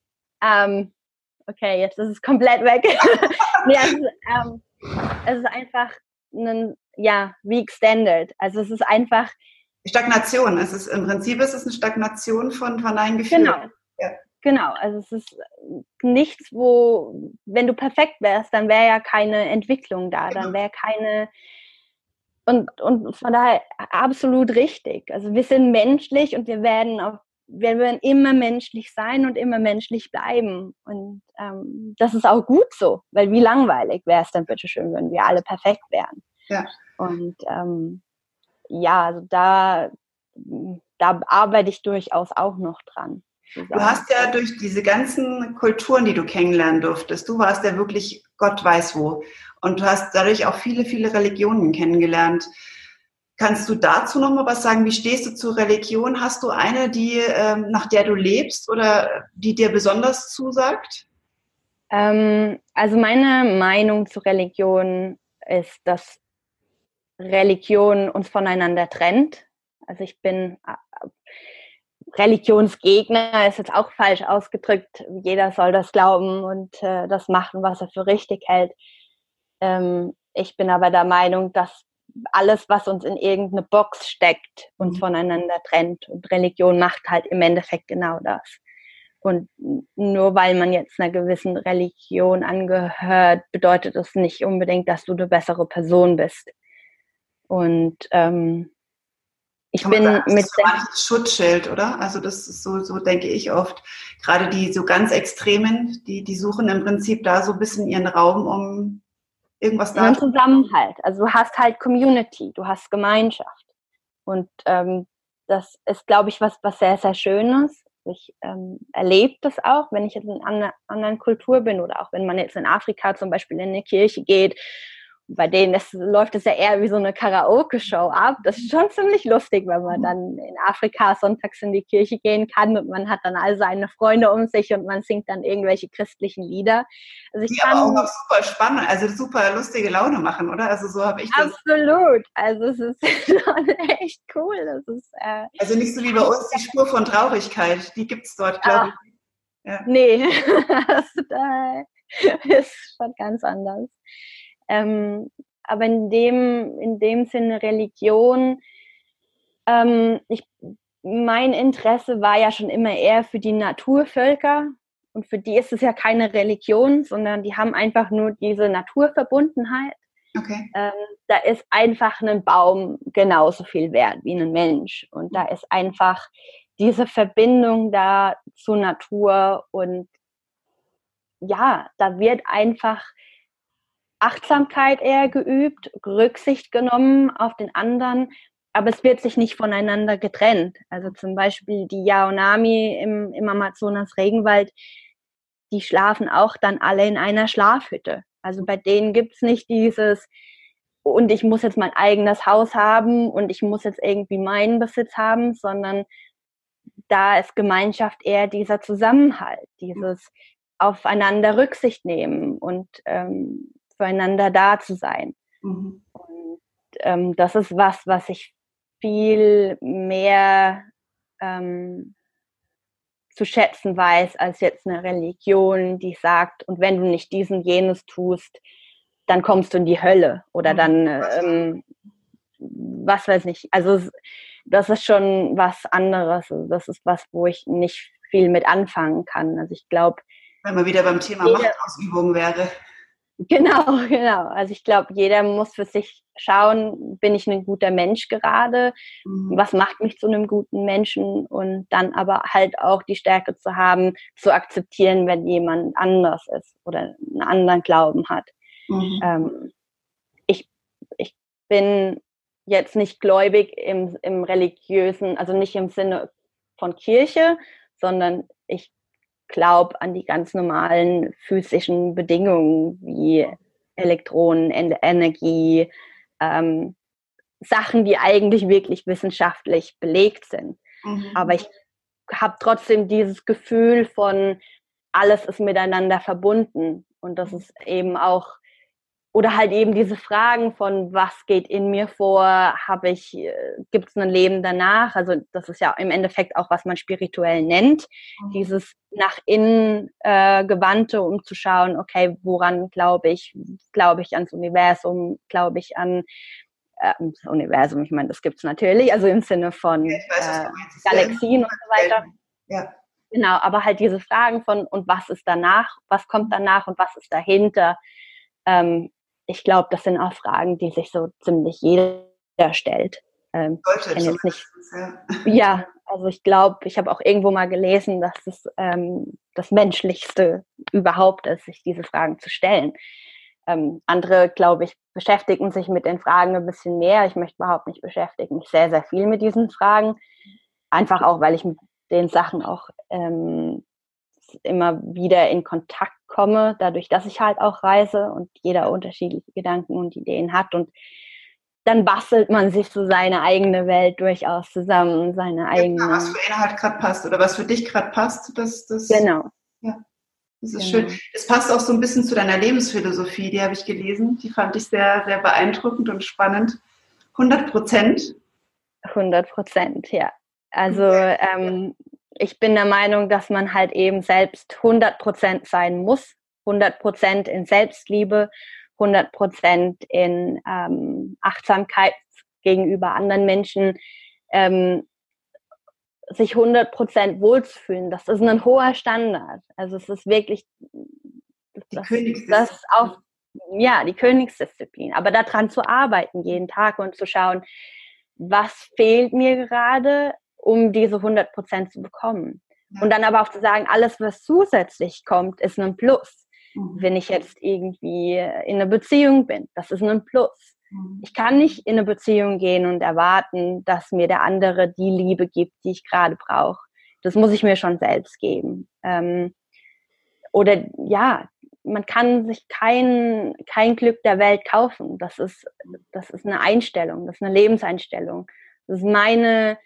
S2: Okay, jetzt ist es komplett weg. Nee, es ist einfach ein weak standard. Also es ist einfach
S3: Stagnation. Im Prinzip ist es eine Stagnation von deinen Gefühlen.
S2: Genau. Ja. Genau, also es ist nichts, wenn du perfekt wärst, dann wäre ja keine Entwicklung da, dann wäre keine, und von daher absolut richtig. Also wir sind menschlich und wir werden immer menschlich sein und immer menschlich bleiben. Und das ist auch gut so, weil wie langweilig wäre es dann bitteschön, wenn wir alle perfekt wären.
S3: Ja.
S2: Und also da arbeite ich durchaus auch noch dran.
S3: Du hast ja durch diese ganzen Kulturen, die du kennenlernen durftest, du warst ja wirklich Gott weiß wo. Und du hast dadurch auch viele, viele Religionen kennengelernt. Kannst du dazu nochmal was sagen? Wie stehst du zur Religion? Hast du eine, nach der du lebst oder die dir besonders zusagt?
S2: Also meine Meinung zur Religion ist, dass Religion uns voneinander trennt. Also ich bin Religionsgegner, ist jetzt auch falsch ausgedrückt. Jeder soll das glauben und das machen, was er für richtig hält. Ich bin aber der Meinung, dass alles, was uns in irgendeine Box steckt, uns voneinander trennt. Und Religion macht halt im Endeffekt genau das. Und nur weil man jetzt einer gewissen Religion angehört, bedeutet das nicht unbedingt, dass du eine bessere Person bist. Und ich bin
S3: das ist für manche das Schutzschild, oder? Also das ist so denke ich oft. Gerade die so ganz Extremen, die suchen im Prinzip da so ein bisschen ihren Raum, um irgendwas da
S2: zu Zusammenhalt. Also du hast halt Community, du hast Gemeinschaft. Und das ist, glaube ich, was sehr, sehr Schönes. Ich erlebe das auch, wenn ich jetzt in einer anderen Kultur bin oder auch wenn man jetzt in Afrika zum Beispiel in eine Kirche geht. Bei denen läuft es ja eher wie so eine Karaoke-Show ab. Das ist schon ziemlich lustig, wenn man dann in Afrika sonntags in die Kirche gehen kann und man hat dann all seine Freunde um sich und man singt dann irgendwelche christlichen Lieder. Also
S3: die aber auch noch super spannend, also super lustige Laune machen, oder? Also so habe ich das.
S2: Absolut. Also es ist schon echt cool. Das ist,
S3: also nicht so wie bei uns die Spur von Traurigkeit, die gibt es dort, glaube ich.
S2: Ja. Nee, das ist schon ganz anders. Aber in dem Sinne Religion, mein Interesse war ja schon immer eher für die Naturvölker und für die ist es ja keine Religion, sondern die haben einfach nur diese Naturverbundenheit.
S3: Okay.
S2: Da ist einfach ein Baum genauso viel wert wie ein Mensch und da ist einfach diese Verbindung da zur Natur und ja, da wird einfach Achtsamkeit eher geübt, Rücksicht genommen auf den anderen, aber es wird sich nicht voneinander getrennt. Also zum Beispiel die Yaonami im Amazonas-Regenwald, die schlafen auch dann alle in einer Schlafhütte. Also bei denen gibt's nicht dieses, und ich muss jetzt mein eigenes Haus haben und ich muss jetzt irgendwie meinen Besitz haben, sondern da ist Gemeinschaft eher dieser Zusammenhalt, dieses aufeinander Rücksicht nehmen und füreinander da zu sein. Und das ist was ich viel mehr zu schätzen weiß, als jetzt eine Religion, die sagt, und wenn du nicht dies und jenes tust, dann kommst du in die Hölle oder dann was weiß ich. Also das ist schon was anderes. Das ist was, wo ich nicht viel mit anfangen kann. Also ich glaube,
S3: wenn man wieder beim Thema Machtausübung wäre.
S2: Genau, genau. Also ich glaube, jeder muss für sich schauen, bin ich ein guter Mensch gerade? Was macht mich zu einem guten Menschen? Und dann aber halt auch die Stärke zu haben, zu akzeptieren, wenn jemand anders ist oder einen anderen Glauben hat. Ich, ich bin jetzt nicht gläubig im religiösen, also nicht im Sinne von Kirche, sondern ich glaube an die ganz normalen physischen Bedingungen wie Elektronen, Energie, Sachen, die eigentlich wirklich wissenschaftlich belegt sind. Aber ich habe trotzdem dieses Gefühl von, alles ist miteinander verbunden. Und das ist eben auch, oder halt eben diese Fragen von, was geht in mir vor, gibt es ein Leben danach? Also das ist ja im Endeffekt auch, was man spirituell nennt, dieses nach innen gewandte, um zu schauen, okay, woran glaube ich? Glaube ich ans Universum? Glaube ich an das Universum? Ich meine, das gibt es natürlich, also im Sinne von Galaxien und so weiter.
S3: Ja.
S2: Genau, aber halt diese Fragen von, und was ist danach? Was kommt danach und was ist dahinter? Ich glaube, das sind auch Fragen, die sich so ziemlich jeder stellt. Ja, also ich glaube, ich habe auch irgendwo mal gelesen, dass es das Menschlichste überhaupt ist, sich diese Fragen zu stellen. Andere, glaube ich, beschäftigen sich mit den Fragen ein bisschen mehr. Ich möchte überhaupt nicht beschäftigen mich sehr, sehr viel mit diesen Fragen. Einfach auch, weil ich mit den Sachen auch immer wieder in Kontakt komme, dadurch, dass ich halt auch reise und jeder unterschiedliche Gedanken und Ideen hat. Und dann bastelt man sich so seine eigene Welt durchaus zusammen, seine eigene.
S3: Was für ihn halt gerade passt oder was für dich gerade passt.
S2: Genau.
S3: Ja, das ist schön. Das passt auch so ein bisschen zu deiner Lebensphilosophie, die habe ich gelesen. Die fand ich sehr, sehr beeindruckend und spannend. 100%?
S2: 100%, ja. Also ich bin der Meinung, dass man halt eben selbst 100% sein muss. 100% in Selbstliebe, 100% in Achtsamkeit gegenüber anderen Menschen, sich 100% wohlzufühlen. Das ist ein hoher Standard. Also es ist wirklich die Königsdisziplin. Aber daran zu arbeiten jeden Tag und zu schauen, was fehlt mir gerade, um diese 100% zu bekommen. Ja. Und dann aber auch zu sagen, alles, was zusätzlich kommt, ist ein Plus. Wenn ich jetzt irgendwie in einer Beziehung bin, das ist ein Plus. Ich kann nicht in eine Beziehung gehen und erwarten, dass mir der andere die Liebe gibt, die ich gerade brauche. Das muss ich mir schon selbst geben. Oder ja, man kann sich kein Glück der Welt kaufen. Das ist eine Einstellung, das ist eine Lebenseinstellung. Das ist meine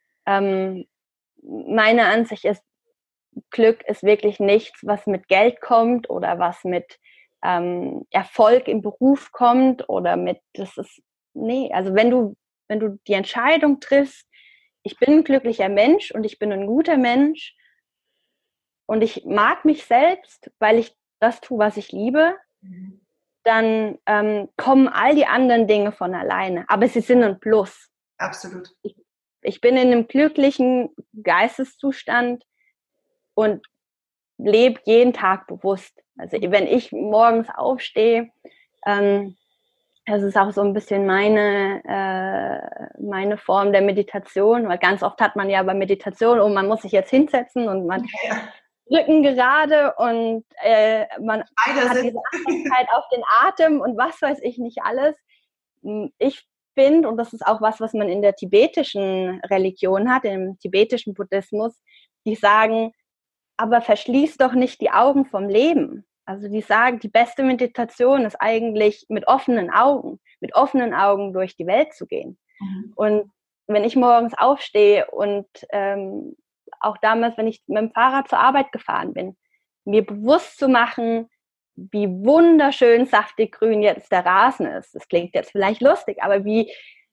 S2: Ansicht ist, Glück ist wirklich nichts, was mit Geld kommt oder was mit Erfolg im Beruf kommt oder also wenn du die Entscheidung triffst, ich bin ein glücklicher Mensch und ich bin ein guter Mensch und ich mag mich selbst, weil ich das tue, was ich liebe, dann kommen all die anderen Dinge von alleine. Aber sie sind ein Plus.
S3: Absolut.
S2: Ich bin in einem glücklichen Geisteszustand und lebe jeden Tag bewusst. Also wenn ich morgens aufstehe, das ist auch so ein bisschen meine Form der Meditation, weil ganz oft hat man ja bei Meditation, man muss sich jetzt hinsetzen und man Rücken gerade und man hat diese Achtsamkeit auf den Atem und was weiß ich nicht alles. Ich finde, und das ist auch was man in der tibetischen Religion hat, im tibetischen Buddhismus, die sagen, aber verschließ doch nicht die Augen vom Leben. Also die sagen, die beste Meditation ist eigentlich mit offenen Augen durch die Welt zu gehen. Und wenn ich morgens aufstehe und auch damals, wenn ich mit dem Fahrrad zur Arbeit gefahren bin, mir bewusst zu machen, wie wunderschön saftig grün jetzt der Rasen ist. Das klingt jetzt vielleicht lustig, aber wie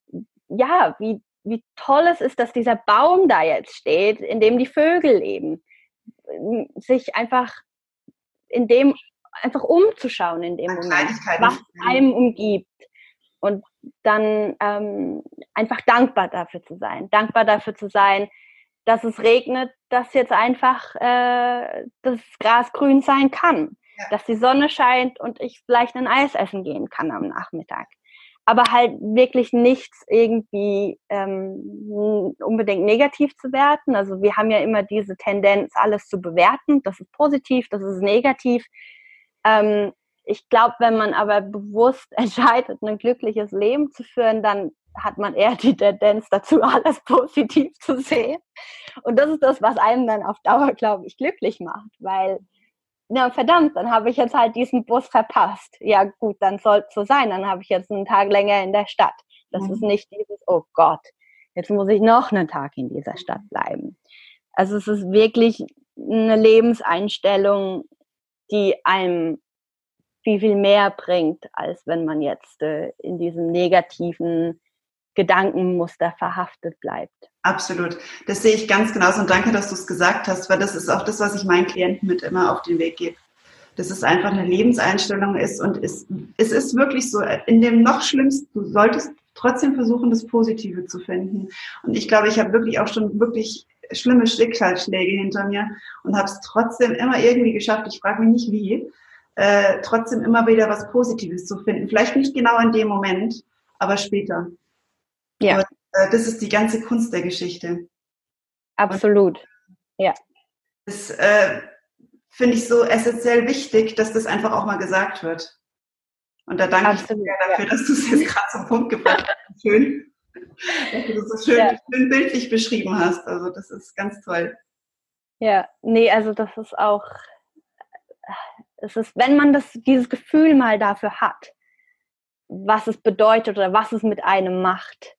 S2: toll es ist, dass dieser Baum da jetzt steht, in dem die Vögel leben. Sich einfach umzuschauen in dem Moment, was einem umgibt. Und dann einfach dankbar dafür zu sein, dass es regnet, dass jetzt einfach das Gras grün sein kann. dass die Sonne scheint und ich vielleicht ein Eis essen gehen kann am Nachmittag. Aber halt wirklich nichts irgendwie unbedingt negativ zu werten. Also wir haben ja immer diese Tendenz, alles zu bewerten. Das ist positiv, das ist negativ. Ich glaube, wenn man aber bewusst entscheidet, ein glückliches Leben zu führen, dann hat man eher die Tendenz dazu, alles positiv zu sehen. Und das ist das, was einem dann auf Dauer, glaube ich, glücklich macht. Weil, na verdammt, dann habe ich jetzt halt diesen Bus verpasst. Ja gut, dann soll es so sein. Dann habe ich jetzt einen Tag länger in der Stadt. Das ist nicht dieses, oh Gott, jetzt muss ich noch einen Tag in dieser Stadt bleiben. Also es ist wirklich eine Lebenseinstellung, die einem viel mehr bringt, als wenn man jetzt in diesem negativen Gedankenmuster verhaftet bleibt.
S3: Absolut. Das sehe ich ganz genauso und danke, dass du es gesagt hast, weil das ist auch das, was ich meinen Klienten mit immer auf den Weg gebe. Dass es einfach eine Lebenseinstellung ist und es ist wirklich so, in dem noch Schlimmsten, du solltest trotzdem versuchen, das Positive zu finden. Und ich glaube, ich habe wirklich auch schon wirklich schlimme Schicksalsschläge hinter mir und habe es trotzdem immer irgendwie geschafft, ich frage mich nicht wie, trotzdem immer wieder was Positives zu finden. Vielleicht nicht genau in dem Moment, aber später.
S2: Ja.
S3: Und, das ist die ganze Kunst der Geschichte.
S2: Absolut, ja.
S3: Das finde ich so essentiell wichtig, dass das einfach auch mal gesagt wird. Und da danke ich dir dafür, dass du es jetzt gerade zum Punkt gebracht hast. Schön, dass du das so schön bildlich beschrieben hast. Also das ist ganz toll.
S2: Ja, nee, also das ist auch, es ist, wenn man dieses Gefühl mal dafür hat, was es bedeutet oder was es mit einem macht.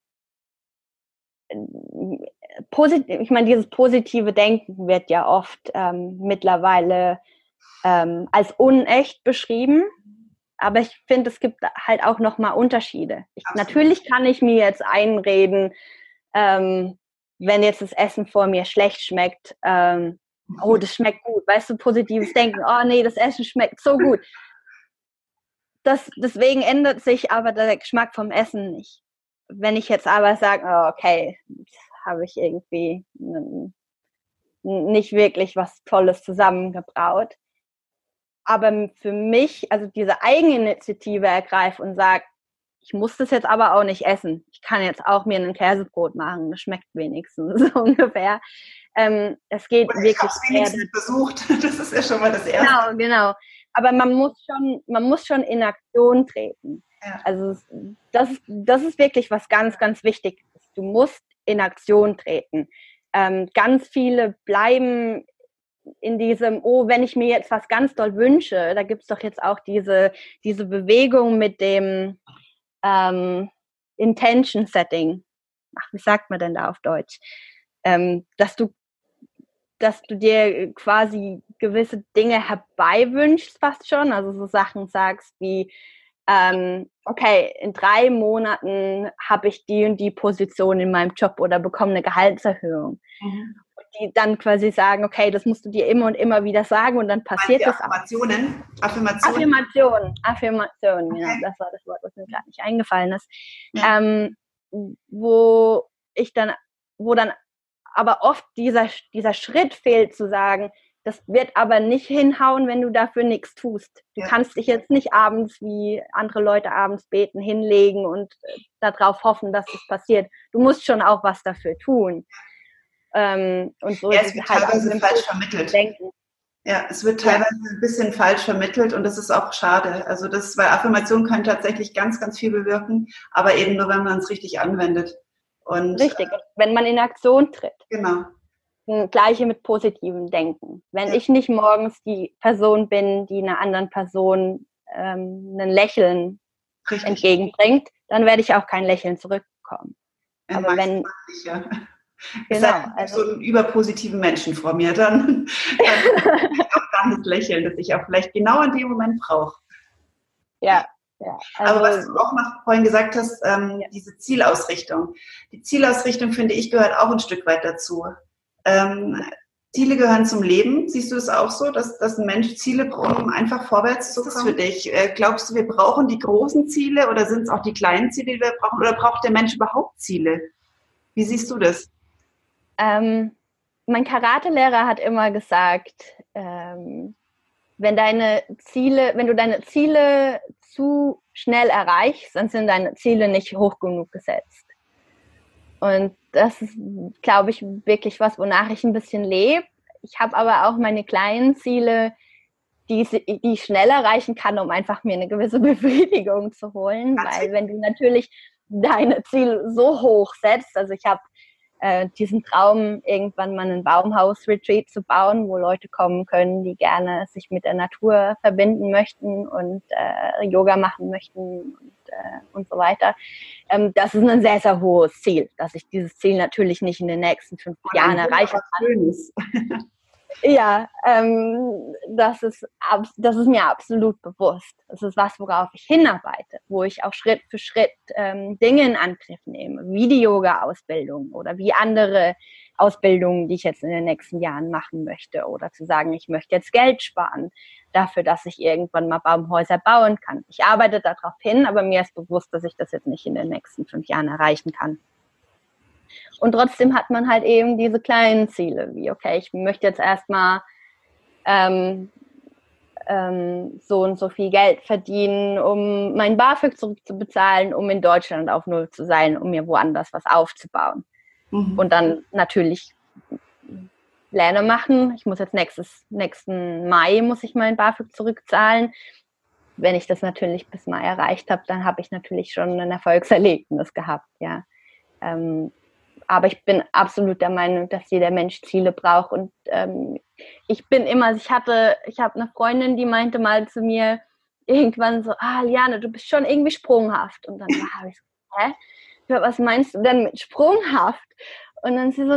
S2: Ich meine, dieses positive Denken wird ja oft mittlerweile als unecht beschrieben, aber ich finde, es gibt halt auch nochmal Unterschiede. Natürlich kann ich mir jetzt einreden, wenn jetzt das Essen vor mir schlecht schmeckt, oh, das schmeckt gut, weißt du, positives Denken, oh nee, das Essen schmeckt so gut. Deswegen ändert sich aber der Geschmack vom Essen nicht. Wenn ich jetzt aber sage, oh, okay, habe ich irgendwie nicht wirklich was Tolles zusammengebraut. Aber für mich, also diese Eigeninitiative ergreife und sage, ich muss das jetzt aber auch nicht essen. Ich kann jetzt auch mir ein Käsebrot machen, das schmeckt wenigstens so ungefähr. Es geht
S3: oder
S2: wirklich.
S3: Ich habe es wenigstens versucht, das ist ja schon mal das Erste.
S2: Genau. Aber man muss schon in Aktion treten. Ja. Also das ist wirklich was ganz, ganz Wichtiges. Du musst in Aktion treten. Ganz viele bleiben in diesem, oh, wenn ich mir jetzt was ganz doll wünsche, da gibt es doch jetzt auch diese Bewegung mit dem Intention Setting. Wie sagt man denn da auf Deutsch? Dass du dir quasi gewisse Dinge herbeiwünschst fast schon, also so Sachen sagst wie, okay, in 3 Monaten habe ich die und die Position in meinem Job oder bekomme eine Gehaltserhöhung. Mhm. Die dann quasi sagen, okay, das musst du dir immer und immer wieder sagen und dann passiert das auch. Affirmationen, okay. Genau, das war das Wort, was mir gerade nicht eingefallen ist. Ja. Wo dann aber oft dieser Schritt fehlt zu sagen, das wird aber nicht hinhauen, wenn du dafür nichts tust. Du kannst dich jetzt nicht abends, wie andere Leute abends beten, hinlegen und darauf hoffen, dass es passiert. Du musst schon auch was dafür tun. Und so
S3: es wird halt teilweise falsch vermittelt. Ja, es wird teilweise ein bisschen falsch vermittelt und das ist auch schade. Also weil Affirmationen können tatsächlich ganz, ganz viel bewirken, aber eben nur, wenn man es richtig anwendet. Und,
S2: richtig, wenn man in Aktion tritt.
S3: Genau.
S2: Gleiche mit positivem Denken. Wenn ich nicht morgens die Person bin, die einer anderen Person ein Lächeln entgegenbringt, dann werde ich auch kein Lächeln zurückbekommen. Aber wenn
S3: genau, also so einen überpositiven Menschen vor mir, dann auch dann das Lächeln, das ich auch vielleicht genau in dem Moment brauche.
S2: Ja. Also,
S3: aber was du auch noch vorhin gesagt hast, diese Zielausrichtung. Die Zielausrichtung, finde ich, gehört auch ein Stück weit dazu. Ziele gehören zum Leben. Siehst du das auch so, dass ein Mensch Ziele braucht, um einfach vorwärts zu kommen? Was ist das für dich? Glaubst du, wir brauchen die großen Ziele oder sind es auch die kleinen Ziele, die wir brauchen? Oder braucht der Mensch überhaupt Ziele? Wie siehst du das?
S2: Mein Karate-Lehrer hat immer gesagt, wenn du deine Ziele zu schnell erreichst, dann sind deine Ziele nicht hoch genug gesetzt. Und das ist, glaube ich, wirklich was, wonach ich ein bisschen lebe. Ich habe aber auch meine kleinen Ziele, die ich schnell erreichen kann, um einfach mir eine gewisse Befriedigung zu holen. Weil wenn du natürlich deine Ziele so hoch setzt, also ich habe diesen Traum, irgendwann mal ein Baumhaus-Retreat zu bauen, wo Leute kommen können, die gerne sich mit der Natur verbinden möchten und Yoga machen möchten und so weiter. Das ist ein sehr, sehr hohes Ziel, dass ich dieses Ziel natürlich nicht in den nächsten 5 Jahren erreichen kann. Ja, das ist mir absolut bewusst. Das ist was, worauf ich hinarbeite, wo ich auch Schritt für Schritt Dinge in Angriff nehme, wie die Yoga-Ausbildung oder wie andere Ausbildungen, die ich jetzt in den nächsten Jahren machen möchte, oder zu sagen, ich möchte jetzt Geld sparen dafür, dass ich irgendwann mal Baumhäuser bauen kann. Ich arbeite darauf hin, aber mir ist bewusst, dass ich das jetzt nicht in den nächsten 5 Jahren erreichen kann. Und trotzdem hat man halt eben diese kleinen Ziele, wie, okay, ich möchte jetzt erstmal so und so viel Geld verdienen, um mein BAföG zurückzubezahlen, um in Deutschland auf Null zu sein, um mir woanders was aufzubauen. Mhm. Und dann natürlich Pläne machen. Ich muss jetzt nächsten Mai muss ich mein BAföG zurückzahlen. Wenn ich das natürlich bis Mai erreicht habe, dann habe ich natürlich schon ein Erfolgserlebnis gehabt, ja. Aber ich bin absolut der Meinung, dass jeder Mensch Ziele braucht. Und ich habe eine Freundin, die meinte mal zu mir irgendwann so, Liane, du bist schon irgendwie sprunghaft. Und dann habe ich so, hä? Was meinst du denn mit sprunghaft? Und dann sie so,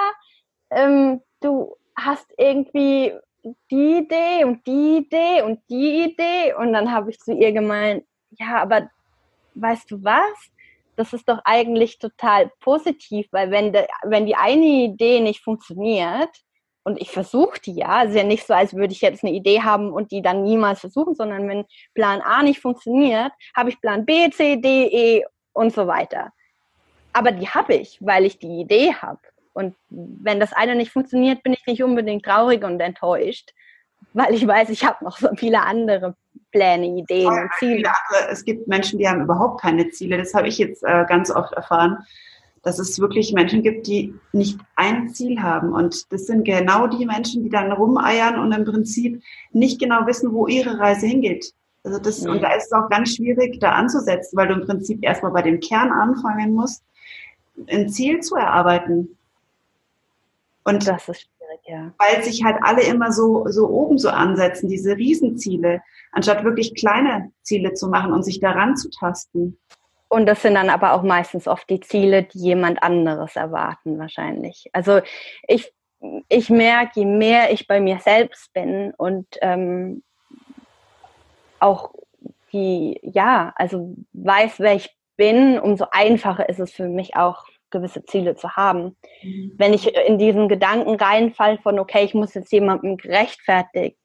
S2: du hast irgendwie die Idee und die Idee und die Idee. Und dann habe ich zu ihr gemeint, ja, aber weißt du was? Das ist doch eigentlich total positiv, weil wenn die eine Idee nicht funktioniert, und ich versuche die ja, ist ja nicht so, als würde ich jetzt eine Idee haben und die dann niemals versuchen, sondern wenn Plan A nicht funktioniert, habe ich Plan B, C, D, E und so weiter. Aber die habe ich, weil ich die Idee habe. Und wenn das eine nicht funktioniert, bin ich nicht unbedingt traurig und enttäuscht, weil ich weiß, ich habe noch so viele andere Pläne, Ideen und Ziele.
S3: Es gibt Menschen, die haben überhaupt keine Ziele. Das habe ich jetzt ganz oft erfahren, dass es wirklich Menschen gibt, die nicht ein Ziel haben. Und das sind genau die Menschen, die dann rumeiern und im Prinzip nicht genau wissen, wo ihre Reise hingeht. Also und da ist es auch ganz schwierig, da anzusetzen, weil du im Prinzip erstmal bei dem Kern anfangen musst, ein Ziel zu erarbeiten. Und
S2: das ist schwierig, ja.
S3: Weil sich halt alle immer so oben so ansetzen, diese Riesenziele, anstatt wirklich kleine Ziele zu machen und sich daran zu tasten.
S2: Und das sind dann aber auch meistens oft die Ziele, die jemand anderes erwarten wahrscheinlich. Also ich merke, je mehr ich bei mir selbst bin und auch weiß, wer ich bin, umso einfacher ist es für mich auch, gewisse Ziele zu haben. Mhm. Wenn ich in diesen Gedanken reinfall von, okay, ich muss jetzt jemandem gerechtfertigt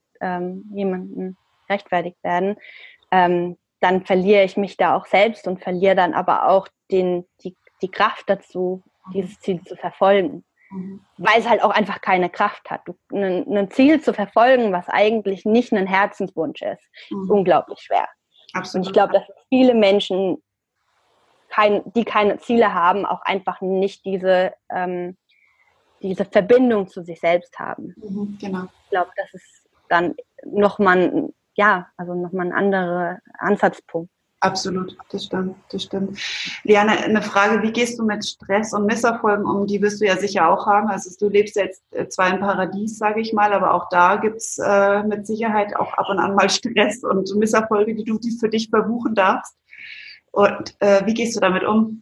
S2: werden, dann verliere ich mich da auch selbst und verliere dann aber auch die Kraft dazu, dieses Ziel zu verfolgen. Mhm. Weil es halt auch einfach keine Kraft hat. Ein Ziel zu verfolgen, was eigentlich nicht ein Herzenswunsch ist, ist unglaublich schwer. Absolut. Und ich glaube, dass viele Menschen, die keine Ziele haben, auch einfach nicht diese Verbindung zu sich selbst haben.
S3: Mhm, genau.
S2: Ich glaube, das ist dann nochmal ein anderer Ansatzpunkt.
S3: Absolut, das stimmt. Liane, eine Frage, wie gehst du mit Stress und Misserfolgen um? Die wirst du ja sicher auch haben. Also du lebst jetzt zwar im Paradies, sage ich mal, aber auch da gibt's mit Sicherheit auch ab und an mal Stress und Misserfolge, die du für dich verbuchen darfst. Und wie gehst du damit um?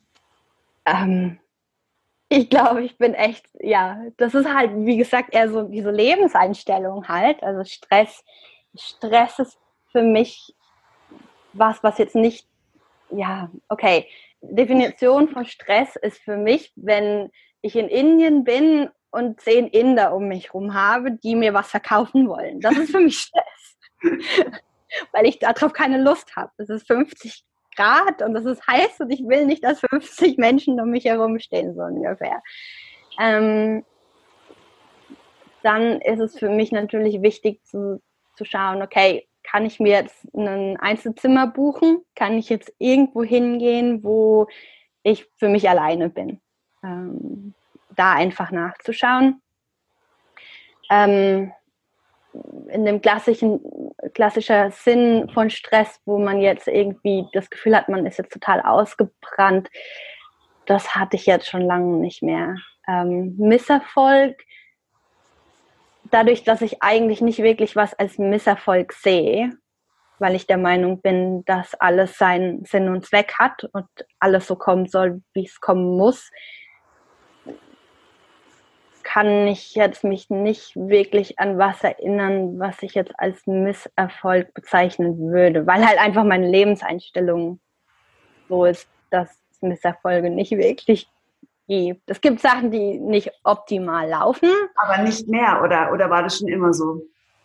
S2: Ich glaube, ich bin echt, das ist halt, wie gesagt, eher so diese Lebenseinstellung halt. Also Stress ist für mich was jetzt nicht, Definition von Stress ist für mich, wenn ich in Indien bin und 10 Inder um mich rum habe, die mir was verkaufen wollen. Das ist für mich Stress. Weil ich darauf keine Lust habe. Es ist 50 Grad und das ist heiß und ich will nicht, dass 50 Menschen um mich herum stehen, so ungefähr. Dann ist es für mich natürlich wichtig zu zu schauen, okay, kann ich mir jetzt ein Einzelzimmer buchen? Kann ich jetzt irgendwo hingehen, wo ich für mich alleine bin? Da einfach nachzuschauen. In dem klassischer Sinn von Stress, wo man jetzt irgendwie das Gefühl hat, man ist jetzt total ausgebrannt, das hatte ich jetzt schon lange nicht mehr. Misserfolg, dadurch, dass ich eigentlich nicht wirklich was als Misserfolg sehe, weil ich der Meinung bin, dass alles seinen Sinn und Zweck hat und alles so kommen soll, wie es kommen muss, kann ich jetzt mich nicht wirklich an was erinnern, was ich jetzt als Misserfolg bezeichnen würde, weil halt einfach meine Lebenseinstellung so ist, dass es Misserfolge nicht wirklich gibt. Es gibt Sachen, die nicht optimal laufen.
S3: Aber nicht mehr, oder war das schon immer so?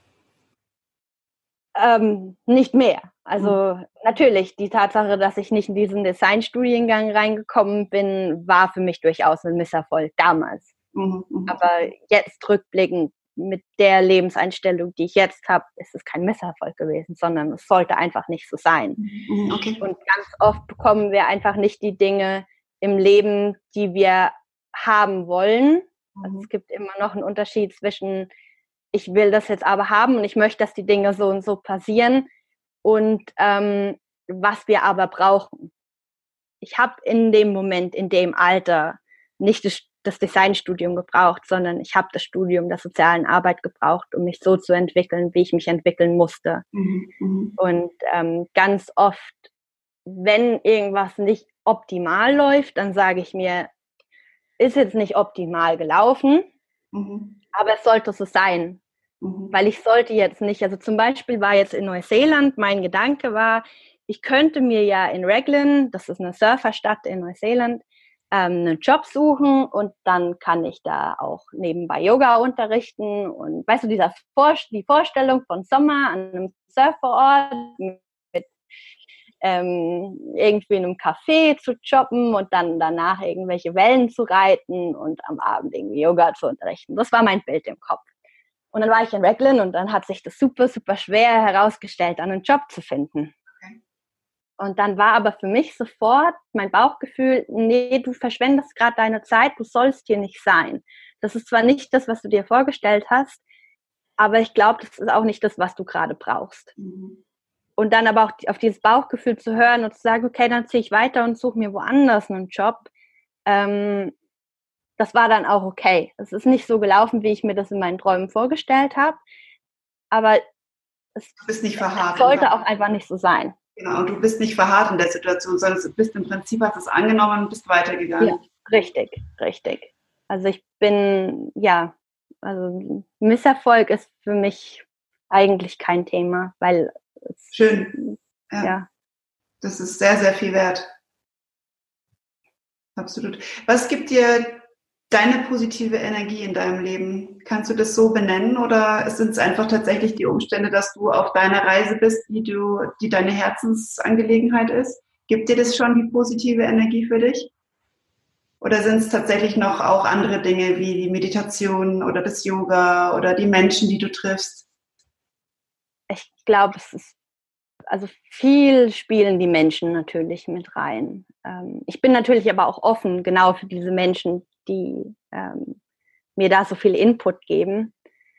S2: Nicht mehr. Also natürlich, die Tatsache, dass ich nicht in diesen Designstudiengang reingekommen bin, war für mich durchaus ein Misserfolg damals. Aber jetzt rückblickend mit der Lebenseinstellung, die ich jetzt habe, ist es kein Misserfolg gewesen, sondern es sollte einfach nicht so sein.
S3: Okay.
S2: Und ganz oft bekommen wir einfach nicht die Dinge im Leben, die wir haben wollen. Also es gibt immer noch einen Unterschied zwischen ich will das jetzt aber haben und ich möchte, dass die Dinge so und so passieren und was wir aber brauchen. Ich habe in dem Moment, in dem Alter nicht das Designstudium gebraucht, sondern ich habe das Studium der sozialen Arbeit gebraucht, um mich so zu entwickeln, wie ich mich entwickeln musste. Und ganz oft, wenn irgendwas nicht optimal läuft, dann sage ich mir, ist jetzt nicht optimal gelaufen, aber es sollte so sein. Weil ich sollte jetzt nicht, also zum Beispiel war jetzt in Neuseeland, mein Gedanke war, ich könnte mir ja in Raglan, das ist eine Surferstadt in Neuseeland, einen Job suchen und dann kann ich da auch nebenbei Yoga unterrichten und weißt du, die Vorstellung von Sommer an einem Surferort mit irgendwie in einem Café zu jobben und dann danach irgendwelche Wellen zu reiten und am Abend irgendwie Yoga zu unterrichten. Das war mein Bild im Kopf. Und dann war ich in Raglan und dann hat sich das super, super schwer herausgestellt, einen Job zu finden. Okay. Und dann war aber für mich sofort mein Bauchgefühl, nee, du verschwendest gerade deine Zeit, du sollst hier nicht sein. Das ist zwar nicht das, was du dir vorgestellt hast, aber ich glaube, das ist auch nicht das, was du gerade brauchst. Und dann aber auch auf dieses Bauchgefühl zu hören und zu sagen, okay, dann ziehe ich weiter und suche mir woanders einen Job, das war dann auch okay. Es ist nicht so gelaufen, wie ich mir das in meinen Träumen vorgestellt habe, aber es sollte auch einfach nicht so sein.
S3: Genau, und du bist nicht verharrt in der Situation, sondern du bist im Prinzip, hast es angenommen und bist weitergegangen.
S2: Ja, richtig. Also ich bin, also Misserfolg ist für mich eigentlich kein Thema, weil es...
S3: Schön. Ja. Das ist sehr, sehr viel wert. Absolut. Was gibt dir deine positive Energie in deinem Leben? Kannst du das so benennen oder sind es einfach tatsächlich die Umstände, dass du auf deiner Reise bist, die deine Herzensangelegenheit ist? Gibt dir das schon die positive Energie für dich? Oder sind es tatsächlich noch auch andere Dinge wie die Meditation oder das Yoga oder die Menschen, die du triffst?
S2: Ich glaube, also viel spielen die Menschen natürlich mit rein. Ich bin natürlich aber auch offen genau für diese Menschen, die mir da so viel Input geben.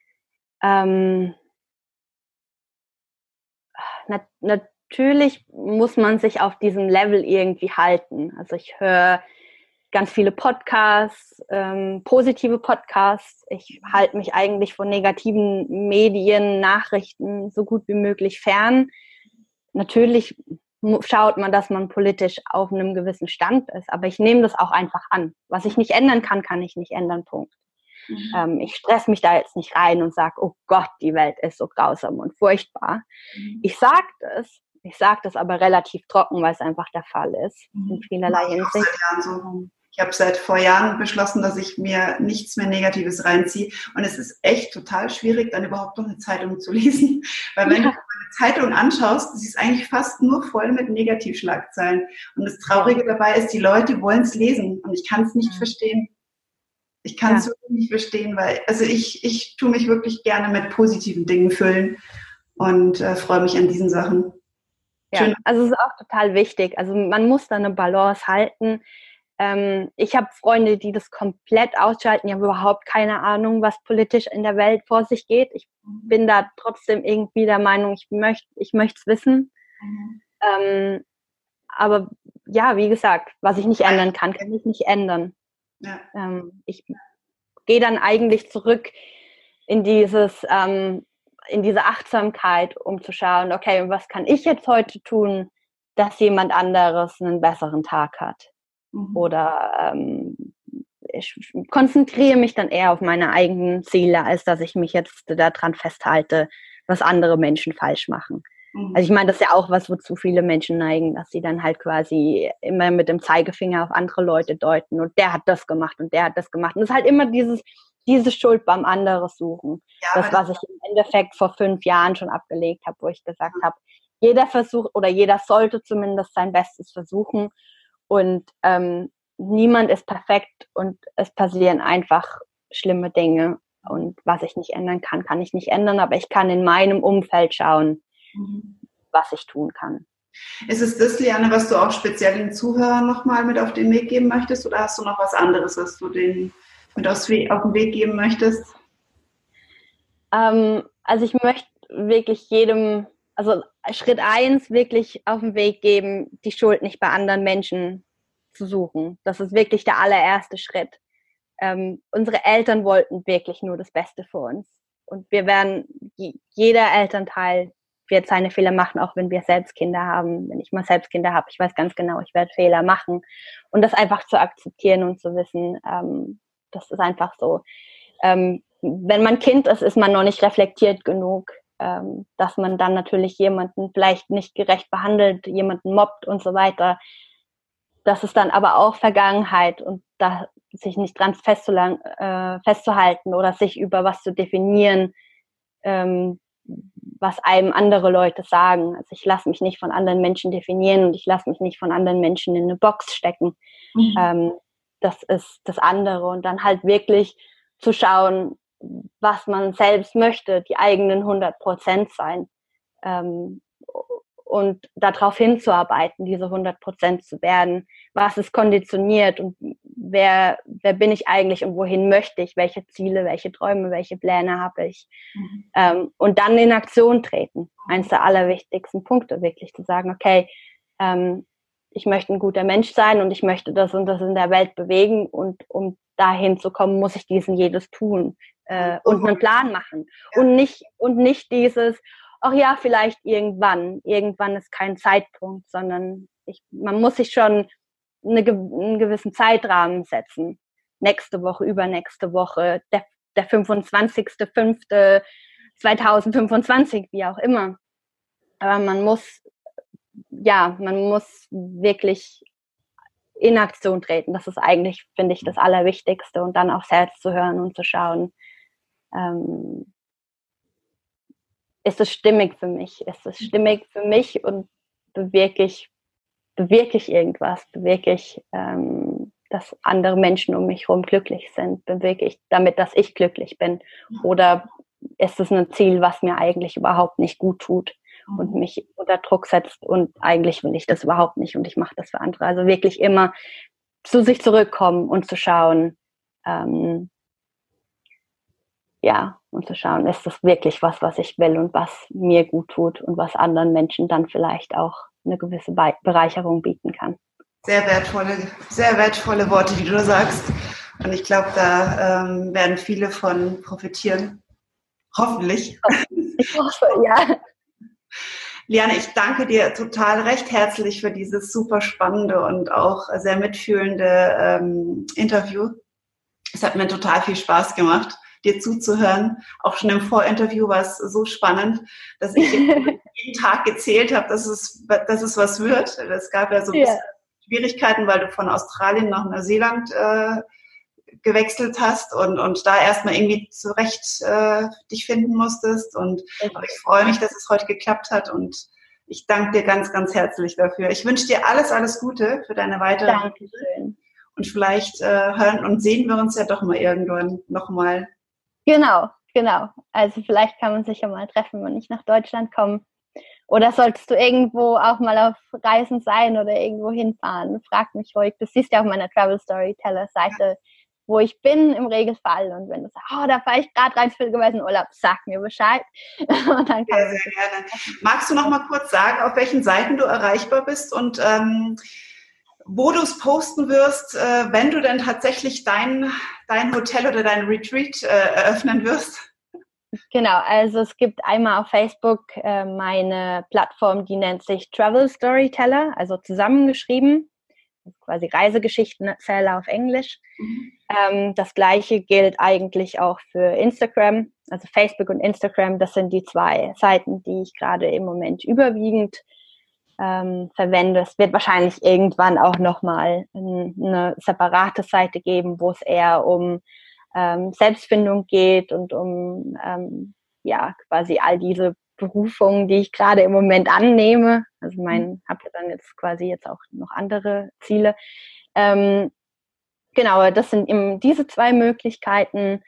S2: Natürlich muss man sich auf diesem Level irgendwie halten. Also ich höre ganz viele Podcasts, positive Podcasts. Ich halte mich eigentlich von negativen Medien, Nachrichten so gut wie möglich fern. Natürlich schaut man, dass man politisch auf einem gewissen Stand ist. Aber ich nehme das auch einfach an. Was ich nicht ändern kann, kann ich nicht ändern, Punkt. Ich stress mich da jetzt nicht rein und sage, oh Gott, die Welt ist so grausam und furchtbar. Ich sage das aber relativ trocken, weil es einfach der Fall ist. In vielerlei Hinsicht.
S3: Ich habe seit vor Jahren beschlossen, dass ich mir nichts mehr Negatives reinziehe. Und es ist echt total schwierig, dann überhaupt noch eine Zeitung zu lesen. Weil wenn du eine Zeitung anschaust, sie ist eigentlich fast nur voll mit Negativschlagzeilen. Und das Traurige dabei ist, die Leute wollen es lesen. Und ich kann es nicht verstehen. Ich kann es wirklich nicht verstehen, weil also ich tue mich wirklich gerne mit positiven Dingen füllen. und freue mich an diesen Sachen.
S2: Ja, also es ist auch total wichtig. Also man muss da eine Balance halten. Ich habe Freunde, die das komplett ausschalten. Die haben überhaupt keine Ahnung, was politisch in der Welt vor sich geht. Ich bin da trotzdem irgendwie der Meinung, ich möchte es wissen. Aber ja, wie gesagt, was ich nicht ändern kann ich nicht ändern. Ja. Ich gehe dann eigentlich zurück in diese Achtsamkeit, um zu schauen, okay, was kann ich jetzt heute tun, dass jemand anderes einen besseren Tag hat? Oder ich konzentriere mich dann eher auf meine eigenen Ziele, als dass ich mich jetzt daran festhalte, was andere Menschen falsch machen. Also ich meine, das ist ja auch was, wozu viele Menschen neigen, dass sie dann halt quasi immer mit dem Zeigefinger auf andere Leute deuten und der hat das gemacht und der hat das gemacht. Und es ist halt immer diese Schuld beim anderen suchen. Ja, das, was ich im Endeffekt vor 5 Jahren schon abgelegt habe, wo ich gesagt habe, jeder versucht oder jeder sollte zumindest sein Bestes versuchen und niemand ist perfekt und es passieren einfach schlimme Dinge und was ich nicht ändern kann, kann ich nicht ändern, aber ich kann in meinem Umfeld schauen, was ich tun kann.
S3: Ist es das, Liane, was du auch speziell den Zuhörern nochmal mit auf den Weg geben möchtest oder hast du noch was anderes, was du denen mit auf den Weg geben möchtest?
S2: Also ich möchte wirklich jedem, also Schritt 1 wirklich auf den Weg geben, die Schuld nicht bei anderen Menschen zu suchen. Das ist wirklich der allererste Schritt. Unsere Eltern wollten wirklich nur das Beste für uns. Und wir werden, jeder Elternteil wird seine Fehler machen, auch wenn wir selbst Kinder haben. Wenn ich mal selbst Kinder habe, ich weiß ganz genau, ich werde Fehler machen. Und das einfach zu akzeptieren und zu wissen, das ist einfach so. Wenn man Kind ist, ist man noch nicht reflektiert genug, dass man dann natürlich jemanden vielleicht nicht gerecht behandelt, jemanden mobbt und so weiter. Das ist dann aber auch Vergangenheit und da sich nicht dran festzuhalten oder sich über was zu definieren, was einem andere Leute sagen. Also ich lasse mich nicht von anderen Menschen definieren und ich lasse mich nicht von anderen Menschen in eine Box stecken. Das ist das andere. Und dann halt wirklich zu schauen, was man selbst möchte, die eigenen 100% sein. Und darauf hinzuarbeiten, diese 100% zu werden. Was ist konditioniert und wer bin ich eigentlich und wohin möchte ich? Welche Ziele, welche Träume, welche Pläne habe ich? Und dann in Aktion treten. Eines der allerwichtigsten Punkte, wirklich zu sagen, okay, ich möchte ein guter Mensch sein und ich möchte das und das in der Welt bewegen und um dahin zu kommen, muss ich dies und jedes tun und einen Plan machen. Und nicht dieses, ach ja, vielleicht irgendwann. Irgendwann ist kein Zeitpunkt, sondern man muss sich schon einen gewissen Zeitrahmen setzen. Nächste Woche, übernächste Woche, der 25.05.2025, wie auch immer. Aber man muss wirklich in Aktion treten. Das ist eigentlich, finde ich, das Allerwichtigste. Und dann auch selbst zu hören und zu schauen, ist es stimmig für mich? Ist es stimmig für mich und bewirke ich irgendwas? Bewirke ich, dass andere Menschen um mich herum glücklich sind? Bewirke ich damit, dass ich glücklich bin? Oder ist es ein Ziel, was mir eigentlich überhaupt nicht gut tut und mich unter Druck setzt und eigentlich will ich das überhaupt nicht und ich mache das für andere? Also wirklich immer zu sich zurückkommen und zu schauen, und zu schauen, ist das wirklich was ich will und was mir gut tut und was anderen Menschen dann vielleicht auch eine gewisse Bereicherung bieten kann.
S3: Sehr wertvolle Worte, die du sagst. Und ich glaube, da werden viele von profitieren. Hoffentlich.
S2: Ich hoffe, ja.
S3: Liane, ich danke dir total recht herzlich für dieses super spannende und auch sehr mitfühlende Interview. Es hat mir total viel Spaß gemacht, dir zuzuhören. Auch schon im Vorinterview war es so spannend, dass ich jeden Tag gezählt habe, dass es was wird. Es gab ja so Schwierigkeiten, weil du von Australien nach Neuseeland gewechselt hast und da erstmal irgendwie zurecht dich finden musstest. Aber ich freue mich, dass es heute geklappt hat und ich danke dir ganz, ganz herzlich dafür. Ich wünsche dir alles Gute für deine weitere
S2: Dankeschön.
S3: Und vielleicht hören und sehen wir uns ja doch mal irgendwann nochmal.
S2: Genau, Genau, also vielleicht kann man sich ja mal treffen, wenn ich nach Deutschland komme. Oder solltest du irgendwo auch mal auf Reisen sein oder irgendwo hinfahren, frag mich ruhig. Du siehst ja auf meiner Travel Storyteller Seite, wo ich bin im Regelfall. Und wenn du sagst, da fahre ich gerade rein für den Urlaub, sag mir Bescheid. Und dann
S3: sehr, sehr gerne. Magst du noch mal kurz sagen, auf welchen Seiten du erreichbar bist und wo du es posten wirst, wenn du denn tatsächlich dein Hotel oder dein Retreat eröffnen wirst?
S2: Genau, also es gibt einmal auf Facebook meine Plattform, die nennt sich Travel Storyteller, also zusammengeschrieben, quasi Reisegeschichtenerzähler auf Englisch. Das Gleiche gilt eigentlich auch für Instagram, also Facebook und Instagram, das sind die 2 Seiten, die ich gerade im Moment überwiegend verwende. Es wird wahrscheinlich irgendwann auch nochmal eine separate Seite geben, wo es eher um Selbstfindung geht und um quasi all diese Berufungen, die ich gerade im Moment annehme. Also habe ja dann jetzt quasi auch noch andere Ziele. Genau, das sind eben diese 2 Möglichkeiten.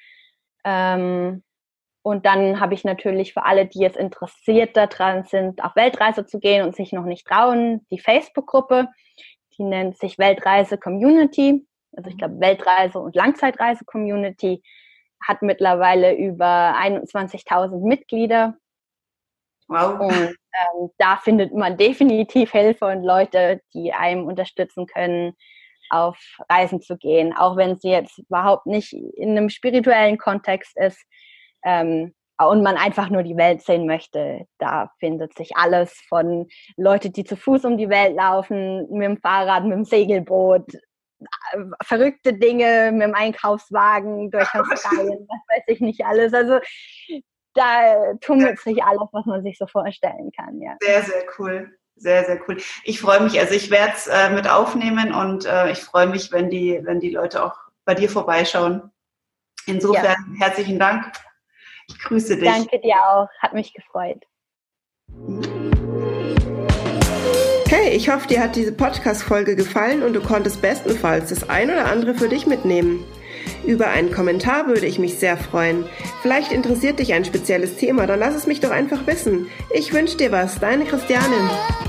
S2: Und dann habe ich natürlich für alle, die jetzt interessiert daran sind, auf Weltreise zu gehen und sich noch nicht trauen, die Facebook-Gruppe. Die nennt sich Weltreise Community. Also ich glaube, Weltreise- und Langzeitreise-Community hat mittlerweile über 21.000 Mitglieder.
S3: Wow.
S2: Und da findet man definitiv Hilfe und Leute, die einem unterstützen können, auf Reisen zu gehen. Auch wenn sie jetzt überhaupt nicht in einem spirituellen Kontext ist und man einfach nur die Welt sehen möchte. Da findet sich alles von Leute, die zu Fuß um die Welt laufen, mit dem Fahrrad, mit dem Segelboot, verrückte Dinge mit dem Einkaufswagen durch Australien, was weiß ich nicht alles. Also da tummelt sich alles, was man sich so vorstellen kann. Ja.
S3: Sehr, sehr cool. Sehr, sehr cool. Ich freue mich, also ich werde es mit aufnehmen und ich freue mich, wenn die Leute auch bei dir vorbeischauen. Insofern herzlichen Dank. Ich grüße dich.
S2: Danke dir auch. Hat mich gefreut.
S1: Hey, ich hoffe, dir hat diese Podcast-Folge gefallen und du konntest bestenfalls das ein oder andere für dich mitnehmen. Über einen Kommentar würde ich mich sehr freuen. Vielleicht interessiert dich ein spezielles Thema, dann lass es mich doch einfach wissen. Ich wünsche dir was, deine Christiane.